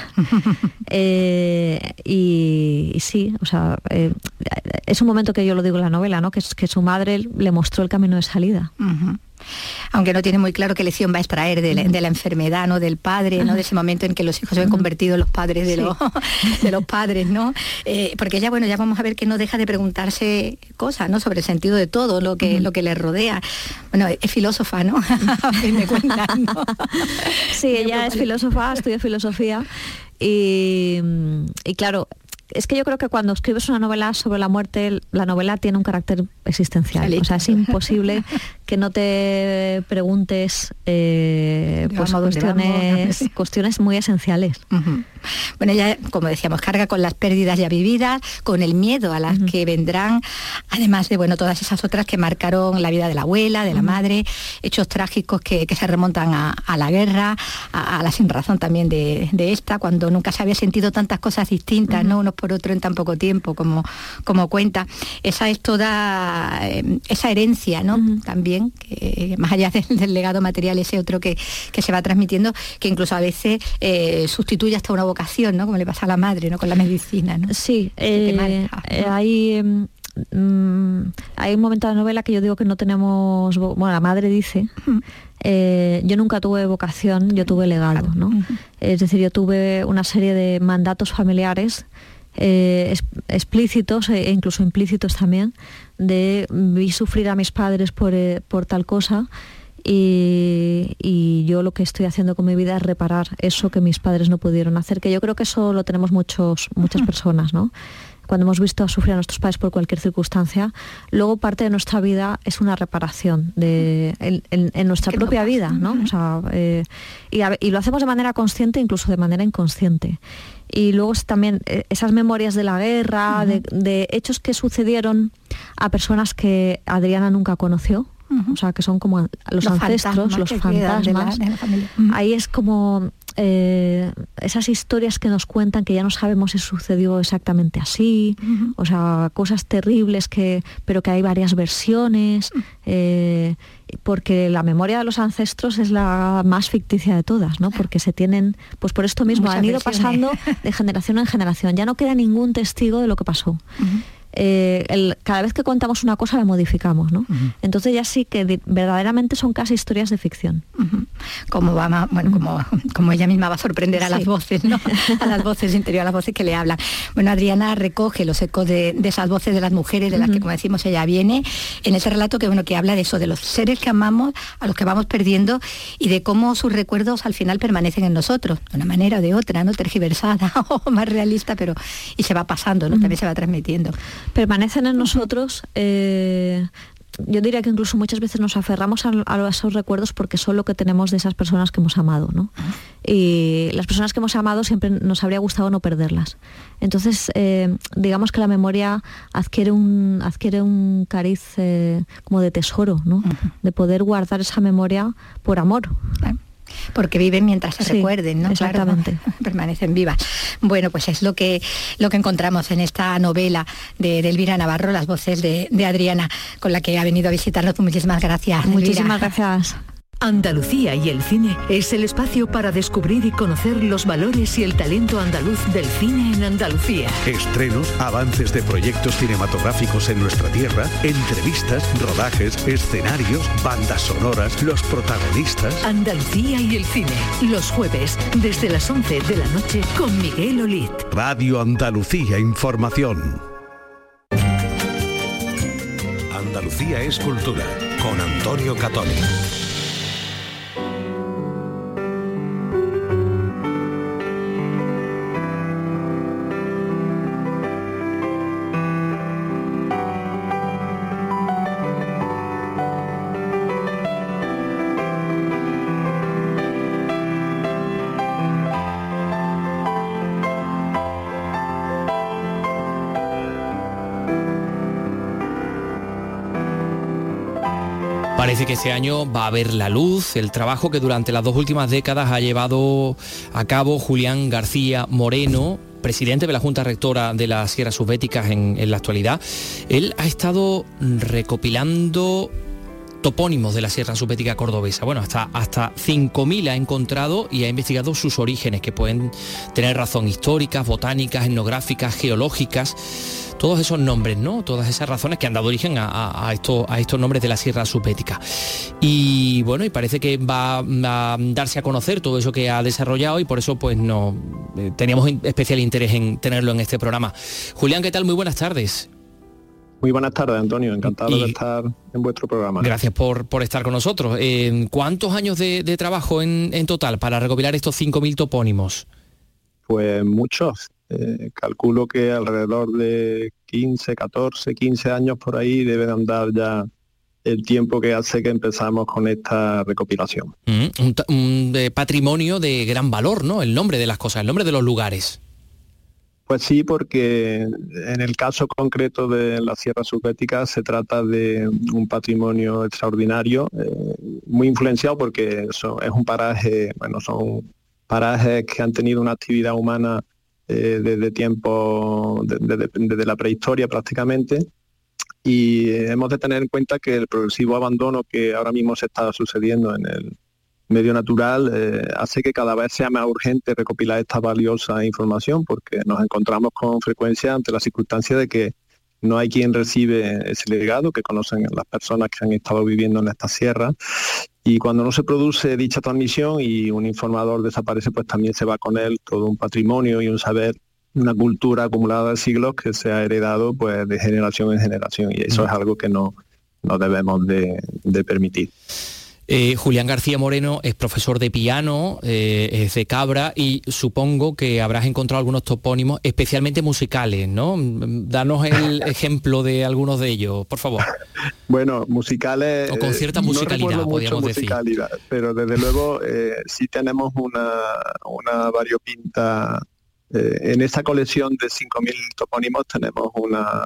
eh, y, y sí, o sea, eh, es un momento que yo lo digo en la novela, ¿no? Que, que su madre le mostró el camino de salida. Uh-huh. Aunque no tiene muy claro qué lección va a extraer de la, de la enfermedad, ¿no? Del padre, ¿no? De ese momento en que los hijos se han convertido en los padres de, sí. los, de los padres, ¿no? Eh, porque ya, bueno, ya vamos a ver que no deja de preguntarse cosas, ¿no? Sobre el sentido de todo lo que, uh-huh. lo que le rodea. Bueno, es filósofa, ¿no? A fin de cuentas, ¿no? Sí, ella es filósofa, estudia filosofía y, y claro, es que yo creo que cuando escribes una novela sobre la muerte, la novela tiene un carácter existencial. O sea, es imposible que no te preguntes eh, pues cuestiones, cuestiones muy esenciales. Uh-huh. Bueno, ella, como decíamos, carga con las pérdidas ya vividas, con el miedo a las uh-huh. que vendrán, además de, bueno, todas esas otras que marcaron la vida de la abuela, de la uh-huh. madre, hechos trágicos que, que se remontan a, a la guerra, a, a la sinrazón también de, de esta, cuando nunca se había sentido tantas cosas distintas, uh-huh. ¿no? Unos por otro en tan poco tiempo, como, como cuenta. Esa es toda, eh, esa herencia, ¿no? Uh-huh. También también, que más allá del, del legado material ese otro que, que se va transmitiendo, que incluso a veces eh, sustituye hasta una vocación, ¿no? Como le pasa a la madre, ¿no? Con la medicina, ¿no? Sí, eh, eh, hay... Eh, hay un momento de la novela que yo digo que no tenemos, bueno, la madre dice, eh, yo nunca tuve vocación, yo tuve legado, ¿no? Es decir, yo tuve una serie de mandatos familiares eh, es, explícitos e incluso implícitos también, de vi sufrir a mis padres por, eh, por tal cosa. Y, y yo lo que estoy haciendo con mi vida es reparar eso que mis padres no pudieron hacer, que yo creo que eso lo tenemos muchos, muchas personas, ¿no? Cuando hemos visto sufrir a nuestros padres por cualquier circunstancia, luego parte de nuestra vida es una reparación de, en, en, en nuestra propia no vida, ¿no? O sea, eh, y, a, y lo hacemos de manera consciente, incluso de manera inconsciente. Y luego también eh, esas memorias de la guerra, uh-huh. de, de hechos que sucedieron a personas que Adriana nunca conoció, uh-huh. o sea, que son como los, los ancestros, fantasmas los fantasmas. De la, de la familia. Uh-huh. Ahí es como eh, esas historias que nos cuentan que ya no sabemos si sucedió exactamente así, uh-huh. o sea, cosas terribles, que pero que hay varias versiones, uh-huh. eh, porque la memoria de los ancestros es la más ficticia de todas, ¿no? Porque se tienen, pues por esto mismo, muchas han ido versiones. Pasando de generación en generación, ya no queda ningún testigo de lo que pasó. Uh-huh. Eh, el, cada vez que contamos una cosa la modificamos, ¿no? Uh-huh. Entonces ya sí que de, verdaderamente son casi historias de ficción. Uh-huh. Como va, bueno, uh-huh. como, como ella misma va a sorprender a sí. las voces, ¿no? A las voces interiores, a las voces que le hablan. Bueno, Adriana recoge los ecos de, de esas voces de las mujeres, de las uh-huh. que, como decimos, ella viene, en ese relato que, bueno, que habla de eso, de los seres que amamos, a los que vamos perdiendo, y de cómo sus recuerdos al final permanecen en nosotros, de una manera o de otra, ¿no? Tergiversada o más realista, pero y se va pasando, ¿no? Uh-huh. También se va transmitiendo. Permanecen en nosotros, eh, yo diría que incluso muchas veces nos aferramos a, a esos recuerdos porque son lo que tenemos de esas personas que hemos amado, ¿no? Y las personas que hemos amado siempre nos habría gustado no perderlas. Entonces, eh, digamos que la memoria adquiere un, adquiere un cariz eh, como de tesoro, ¿no? De poder guardar esa memoria por amor. Porque viven mientras se sí, recuerden, ¿no? Exactamente. Claro, permanecen vivas. Bueno, pues es lo que, lo que encontramos en esta novela de, de Elvira Navarro, las voces de, de Adriana, con la que ha venido a visitarnos. Muchísimas gracias, Muchísimas Elvira. gracias. Andalucía y el cine es el espacio para descubrir y conocer los valores y el talento andaluz del cine en Andalucía. Estrenos, avances de proyectos cinematográficos en nuestra tierra, entrevistas, rodajes, escenarios, bandas sonoras, los protagonistas. Andalucía y el cine, los jueves, desde las once de la noche, con Miguel Olid. Radio Andalucía Información. Andalucía es cultura, con Antonio Catoni. Parece que este año va a ver la luz el trabajo que durante las dos últimas décadas ha llevado a cabo Julián García Moreno, presidente de la Junta Rectora de las Sierras Subbéticas en, en la actualidad. Él ha estado recopilando topónimos de la Sierra Subbética cordobesa. Bueno, hasta, hasta cinco mil ha encontrado y ha investigado sus orígenes, que pueden tener razón históricas, botánicas, etnográficas, geológicas. Todos esos nombres, ¿no? Todas esas razones que han dado origen a, a, a, estos, a estos nombres de la Sierra Subbética. Y bueno, y parece que va a darse a conocer todo eso que ha desarrollado y por eso pues no eh, teníamos especial interés en tenerlo en este programa. Julián, ¿qué tal? Muy buenas tardes. Muy buenas tardes, Antonio. Encantado y de estar en vuestro programa. Gracias por, por estar con nosotros. Eh, ¿Cuántos años de, de trabajo en, en total para recopilar estos cinco mil topónimos? Pues muchos. Eh, calculo que alrededor de quince, catorce, quince años por ahí debe de andar ya el tiempo que hace que empezamos con esta recopilación. Mm, un, un de patrimonio de gran valor, ¿no? El nombre de las cosas, el nombre de los lugares. Pues sí, porque en el caso concreto de la Sierra Subbética se trata de un patrimonio extraordinario, eh, muy influenciado porque eso es un paraje, bueno, son parajes que han tenido una actividad humana eh, desde tiempo, desde de, de, de la prehistoria prácticamente, y hemos de tener en cuenta que el progresivo abandono que ahora mismo se está sucediendo en el medio natural eh, hace que cada vez sea más urgente recopilar esta valiosa información, porque nos encontramos con frecuencia ante la circunstancia de que no hay quien recibe ese legado que conocen las personas que han estado viviendo en esta sierra, y cuando no se produce dicha transmisión y un informador desaparece, pues también se va con él todo un patrimonio y un saber, una cultura acumulada de siglos que se ha heredado pues de generación en generación, y eso mm. es algo que no, no debemos de, de permitir. Eh, Julián García Moreno es profesor de piano, eh, es de Cabra, y supongo que habrás encontrado algunos topónimos especialmente musicales, ¿no? Danos el ejemplo de algunos de ellos, por favor. Bueno, musicales... O con cierta musicalidad, no podríamos musicalidad, decir. Pero desde luego eh, sí tenemos una, una variopinta... Eh, en esa colección de cinco mil topónimos tenemos una...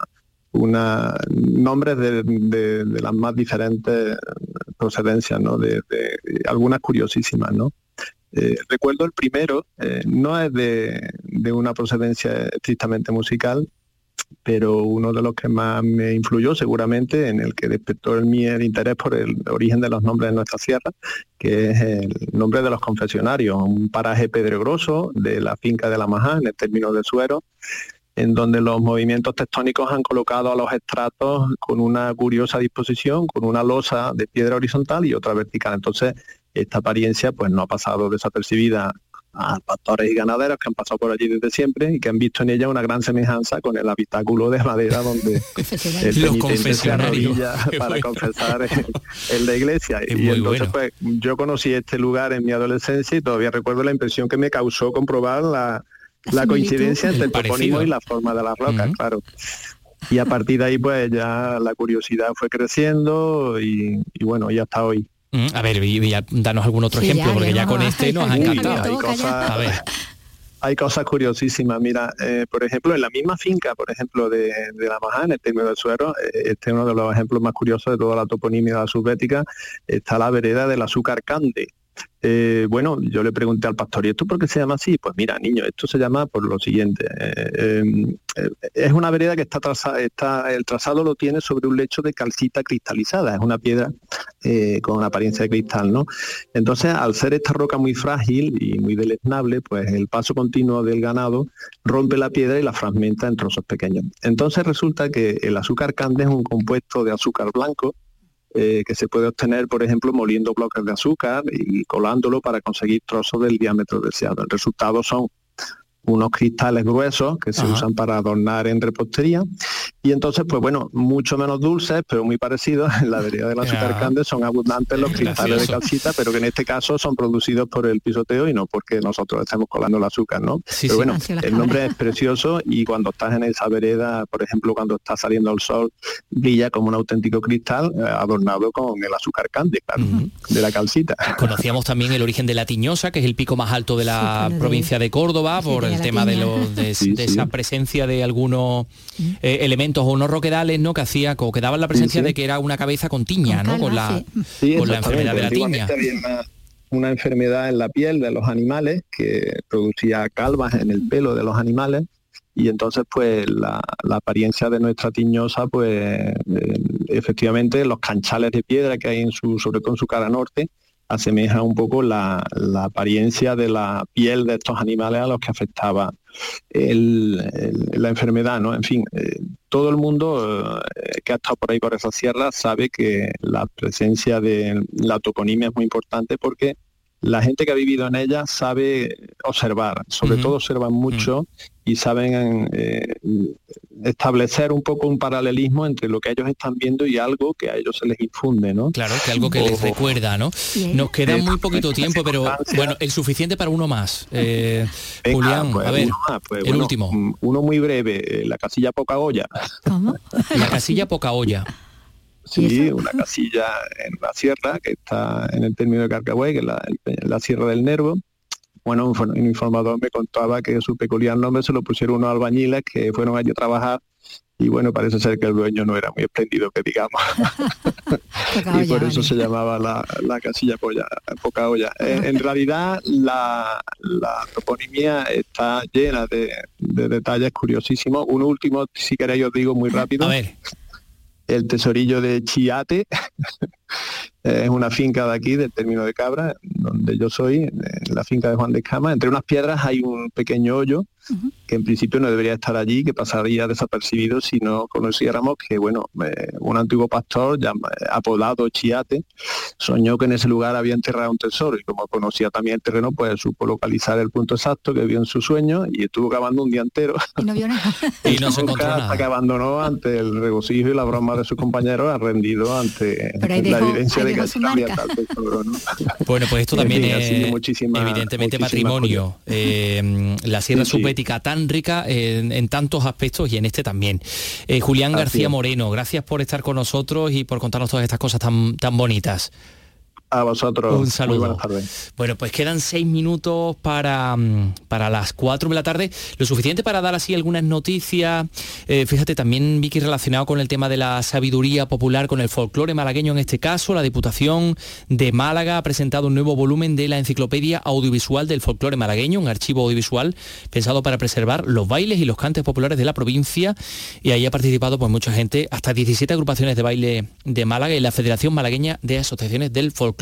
una nombres de, de, de las más diferentes procedencias, ¿no? De, de, de algunas curiosísimas, ¿no? Eh, recuerdo el primero, eh, no es de, de una procedencia estrictamente musical, pero uno de los que más me influyó seguramente, en el que despertó en mí el interés por el origen de los nombres de nuestra sierra, que es el nombre de los confesionarios, un paraje pedregoso de la finca de la Majá, en el término de Suero, en donde los movimientos tectónicos han colocado a los estratos con una curiosa disposición, con una losa de piedra horizontal y otra vertical. Entonces, esta apariencia pues no ha pasado desapercibida a pastores y ganaderos que han pasado por allí desde siempre y que han visto en ella una gran semejanza con el habitáculo de madera donde el penitente se arrodilla para bueno. confesar en, en la iglesia. Es y entonces bueno. pues yo conocí este lugar en mi adolescencia y todavía recuerdo la impresión que me causó comprobar la la coincidencia entre el topónimo y la forma de las rocas, uh-huh. claro. Y a partir de ahí, pues ya la curiosidad fue creciendo y, y bueno, y hasta hoy. Uh-huh. A ver, y, y ya, danos algún otro sí, ejemplo, ya, porque ya con este nos ha encantado. Hay cosas, a ver. Hay cosas curiosísimas. Mira, eh, por ejemplo, en la misma finca, por ejemplo, de, de la Majá, en el término del Suero, eh, este es uno de los ejemplos más curiosos de toda la toponimia de la subbética, está la vereda del azúcar cande. Eh, bueno, yo le pregunté al pastor, ¿y esto por qué se llama así? Pues mira, niño, esto se llama por lo siguiente. Eh, eh, es una vereda que está trazada, está, el trazado lo tiene sobre un lecho de calcita cristalizada, es una piedra eh, con apariencia de cristal, ¿no? Entonces, al ser esta roca muy frágil y muy deleznable, pues el paso continuo del ganado rompe la piedra y la fragmenta en trozos pequeños. Entonces resulta que el azúcar cande es un compuesto de azúcar blanco, Eh, que se puede obtener, por ejemplo, moliendo bloques de azúcar y colándolo para conseguir trozos del diámetro deseado. El resultado son unos cristales gruesos que se Ajá. usan para adornar en repostería, y entonces, pues bueno, mucho menos dulces, pero muy parecidos. En la vereda del azúcar yeah. cande son abundantes los cristales Gracioso. de calcita, pero que en este caso son producidos por el pisoteo y no porque nosotros estemos colando el azúcar, ¿no? Sí, pero sí. bueno, el nombre es precioso y cuando estás en esa vereda, por ejemplo, cuando está saliendo el sol, brilla como un auténtico cristal eh, adornado con el azúcar cande, claro, uh-huh. de la calcita. Conocíamos también el origen de la Tiñosa, que es el pico más alto de la sí, provincia de Córdoba, sí, por el tema de, los, de, sí, de sí. esa presencia de algunos eh, elementos o no roquedales, ¿no? Que hacía, como que daban la presencia sí, sí. de que era una cabeza con tiña, con ¿no? Calma, con la, sí. con la enfermedad de la tiña. Había una, una enfermedad en la piel de los animales que producía calvas en el pelo de los animales, y entonces pues la, la apariencia de nuestra Tiñosa, pues eh, efectivamente los canchales de piedra que hay en su, sobre todo en su cara norte, asemeja un poco la, la apariencia de la piel de estos animales a los que afectaba el, el, la enfermedad, ¿no? En fin, eh, todo el mundo eh, que ha estado por ahí por esas sierras sabe que la presencia de la toponimia es muy importante, porque la gente que ha vivido en ella sabe observar, sobre uh-huh. todo observan mucho uh-huh. y saben eh, establecer un poco un paralelismo entre lo que ellos están viendo y algo que a ellos se les infunde, ¿no? Claro, que algo que o, les recuerda, ¿no? Nos queda muy poquito tiempo, pero bueno, el suficiente para uno más. Eh, Venga, Julián, pues, a ver, más, pues, el bueno, último. Uno muy breve, la casilla poca olla. ¿Cómo? La casilla poca olla. Sí, una casilla en la sierra que está en el término de Carcahuey, que es la, la Sierra del Nervo. Bueno, un, un informador me contaba que su peculiar nombre se lo pusieron unos albañiles que fueron allí a trabajar, y bueno, parece ser que el dueño no era muy espléndido, que digamos. y por eso se llamaba la, la casilla polla, poca olla. En, en realidad la, la toponimia está llena de, de detalles curiosísimos. Un último, si queréis os digo muy rápido. A ver. el tesorillo de Chiate. Es una finca de aquí, del término de Cabra, donde yo soy, en la finca de Juan de Escama. Entre unas piedras hay un pequeño hoyo, uh-huh, que en principio no debería estar allí, que pasaría desapercibido si no conociéramos que, bueno, eh, un antiguo pastor llam- apodado Chiate soñó que en ese lugar había enterrado un tesoro, y como conocía también el terreno, pues supo localizar el punto exacto que vio en su sueño, y estuvo cavando un día entero. Y no vio nada. Y no se encontró nada. Hasta que abandonó ante el regocijo y la broma de sus compañeros, ha rendido ante Pero ahí la dejó, evidencia ahí de que dejó su marca. tal tesoro, ¿no? Bueno, pues esto también En fin, es así muchísima, evidentemente muchísima patrimonio. Eh, la Sierra Sí, sí. Subbética tan rica en, en tantos aspectos y en este también. Eh, Julián Así García es. Moreno, gracias por estar con nosotros y por contarnos todas estas cosas tan, tan bonitas. A vosotros. Un saludo. Muy buenas tardes. Bueno, pues quedan seis minutos para, para las cuatro de la tarde, lo suficiente para dar así algunas noticias. Eh, fíjate, también, Vicky, relacionado con el tema de la sabiduría popular, con el folclore malagueño en este caso, la Diputación de Málaga ha presentado un nuevo volumen de la Enciclopedia Audiovisual del Folclore Malagueño, un archivo audiovisual pensado para preservar los bailes y los cantes populares de la provincia, y ahí ha participado pues mucha gente, hasta diecisiete agrupaciones de baile de Málaga y la Federación Malagueña de Asociaciones del Folclore.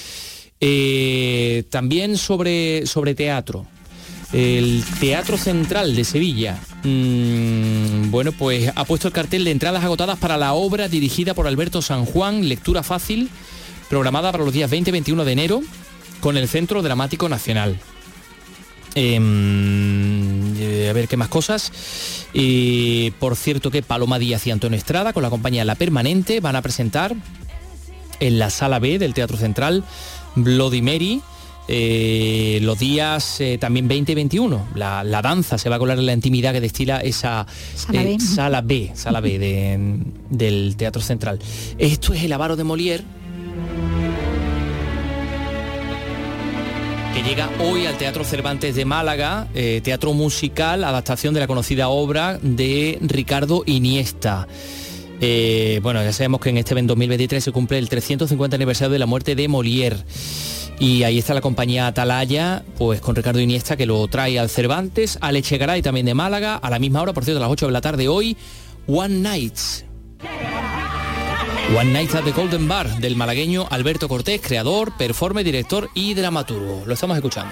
Eh, también sobre, sobre teatro. El Teatro Central de Sevilla, mmm, bueno, pues ha puesto el cartel de entradas agotadas para la obra dirigida por Alberto San Juan, Lectura Fácil, programada para los días veinte y veintiuno de enero con el Centro Dramático Nacional. Eh, a ver qué más cosas. Eh, por cierto que Paloma Díaz y Antonio Estrada, con la compañía La Permanente, van a presentar en la Sala B del Teatro Central Bloody Mary, eh, los días eh, también veinte y veintiuno. La, la danza se va a colar en la intimidad que destila esa Sala eh, B. Sala B, Sala B de, del Teatro Central. Esto es El avaro de Molière, que llega hoy al Teatro Cervantes de Málaga, eh, teatro musical, adaptación de la conocida obra de Ricardo Iniesta. Eh, bueno, ya sabemos que en este dos mil veintitrés se cumple el trescientos cincuenta aniversario de la muerte de Molière, y ahí está la compañía Atalaya, pues con Ricardo Iniesta, que lo trae al Cervantes, al Echegaray también de Málaga, a la misma hora, por cierto, a las ocho de la tarde hoy, One Nights. One Night at the Golden Bar, del malagueño Alberto Cortés, creador, performer, director y dramaturgo. Lo estamos escuchando.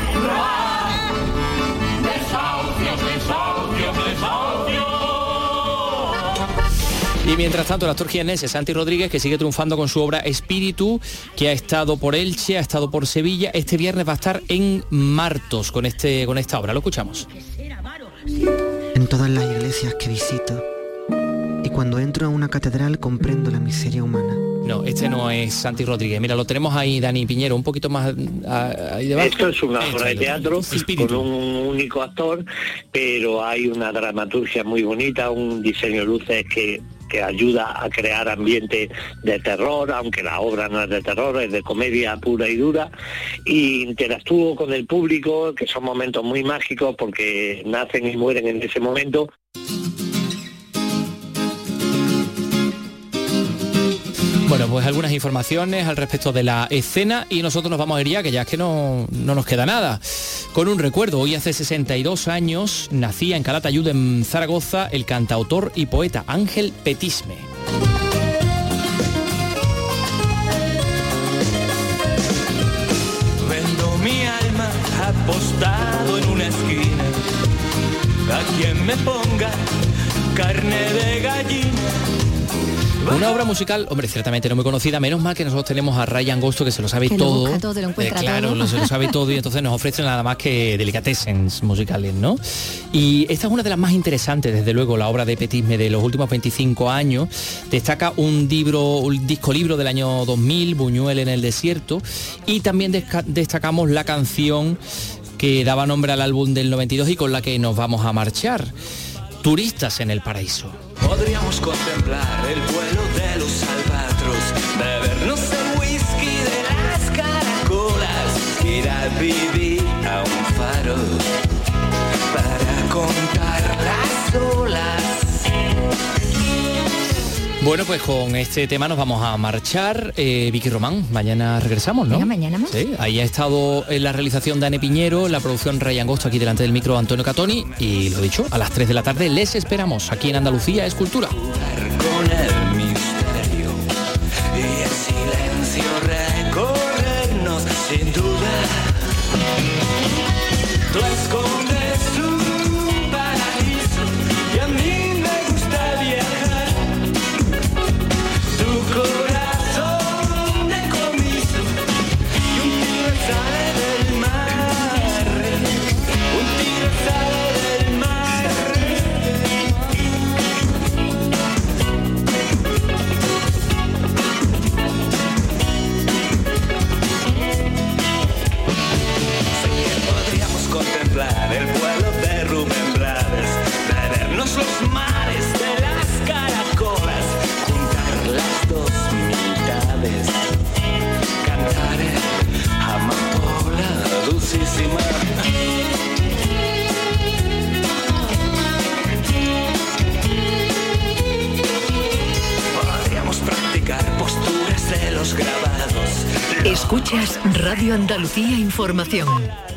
Y mientras tanto, el actor jiennense Santi Rodríguez, que sigue triunfando con su obra Espíritu, que ha estado por Elche, ha estado por Sevilla, este viernes va a estar en Martos con, este, con esta obra. Lo escuchamos. En todas las iglesias que visito, y cuando entro a una catedral comprendo la miseria humana. No, este no es Santi Rodríguez. Mira, lo tenemos ahí, Dani Piñero, un poquito más ahí debajo. Esto es una Esto obra de es teatro Espíritu, con un único actor, pero hay una dramaturgia muy bonita, un diseño de luces que, que ayuda a crear ambiente de terror, aunque la obra no es de terror, es de comedia pura y dura, y interactúo con el público, que son momentos muy mágicos porque nacen y mueren en ese momento. Bueno, pues algunas informaciones al respecto de la escena, y nosotros nos vamos a ir ya, que ya es que no, no nos queda nada. Con un recuerdo, hoy hace sesenta y dos años nacía en Calatayud, en Zaragoza, el cantautor y poeta Ángel Petisme. Vendo mi alma apostado en una esquina, a quien me ponga carne de gallina. Una obra musical, hombre, ciertamente no muy conocida, menos mal que nosotros tenemos a Ray Angosto, que se lo sabe Que lo todo. busca todo, lo encuentra Eh, claro, todo. lo- se lo sabe todo, y entonces nos ofrece nada más que delicatessens musicales, ¿no? Y esta es una de las más interesantes, desde luego, la obra de Petisme de los últimos veinticinco años. Destaca un libro, un disco libro del año dos mil, Buñuel en el desierto, y también desca- destacamos la canción que daba nombre al álbum del noventa y dos y con la que nos vamos a marchar, Turistas en el Paraíso. Podríamos contemplar el vuelo de los albatros, bebernos el whisky de las caracolas, ir a vivir a un faro para contar las olas. Bueno, pues con este tema nos vamos a marchar. Eh, Vicky Román, mañana regresamos, ¿no? Venga, mañana más. Sí, ahí ha estado en la realización Dani Piñero, en la producción Ray Angosto, aquí delante del micro Antonio Catoni, y lo dicho, a las tres de la tarde les esperamos aquí en Andalucía es Cultura. Con el Tú escondes un paraíso y a mí me gusta viajar. Tu corazón decomiso y un tiro sale del mar. Un tiro sale del mar. Sé que podríamos contemplar el vuelo de Rubén Blades, bebernos los mares de las caracolas, juntar las dos mitades, cantar amapola dulcísima. Podríamos practicar posturas de los grabados. Escuchas Radio Andalucía Información.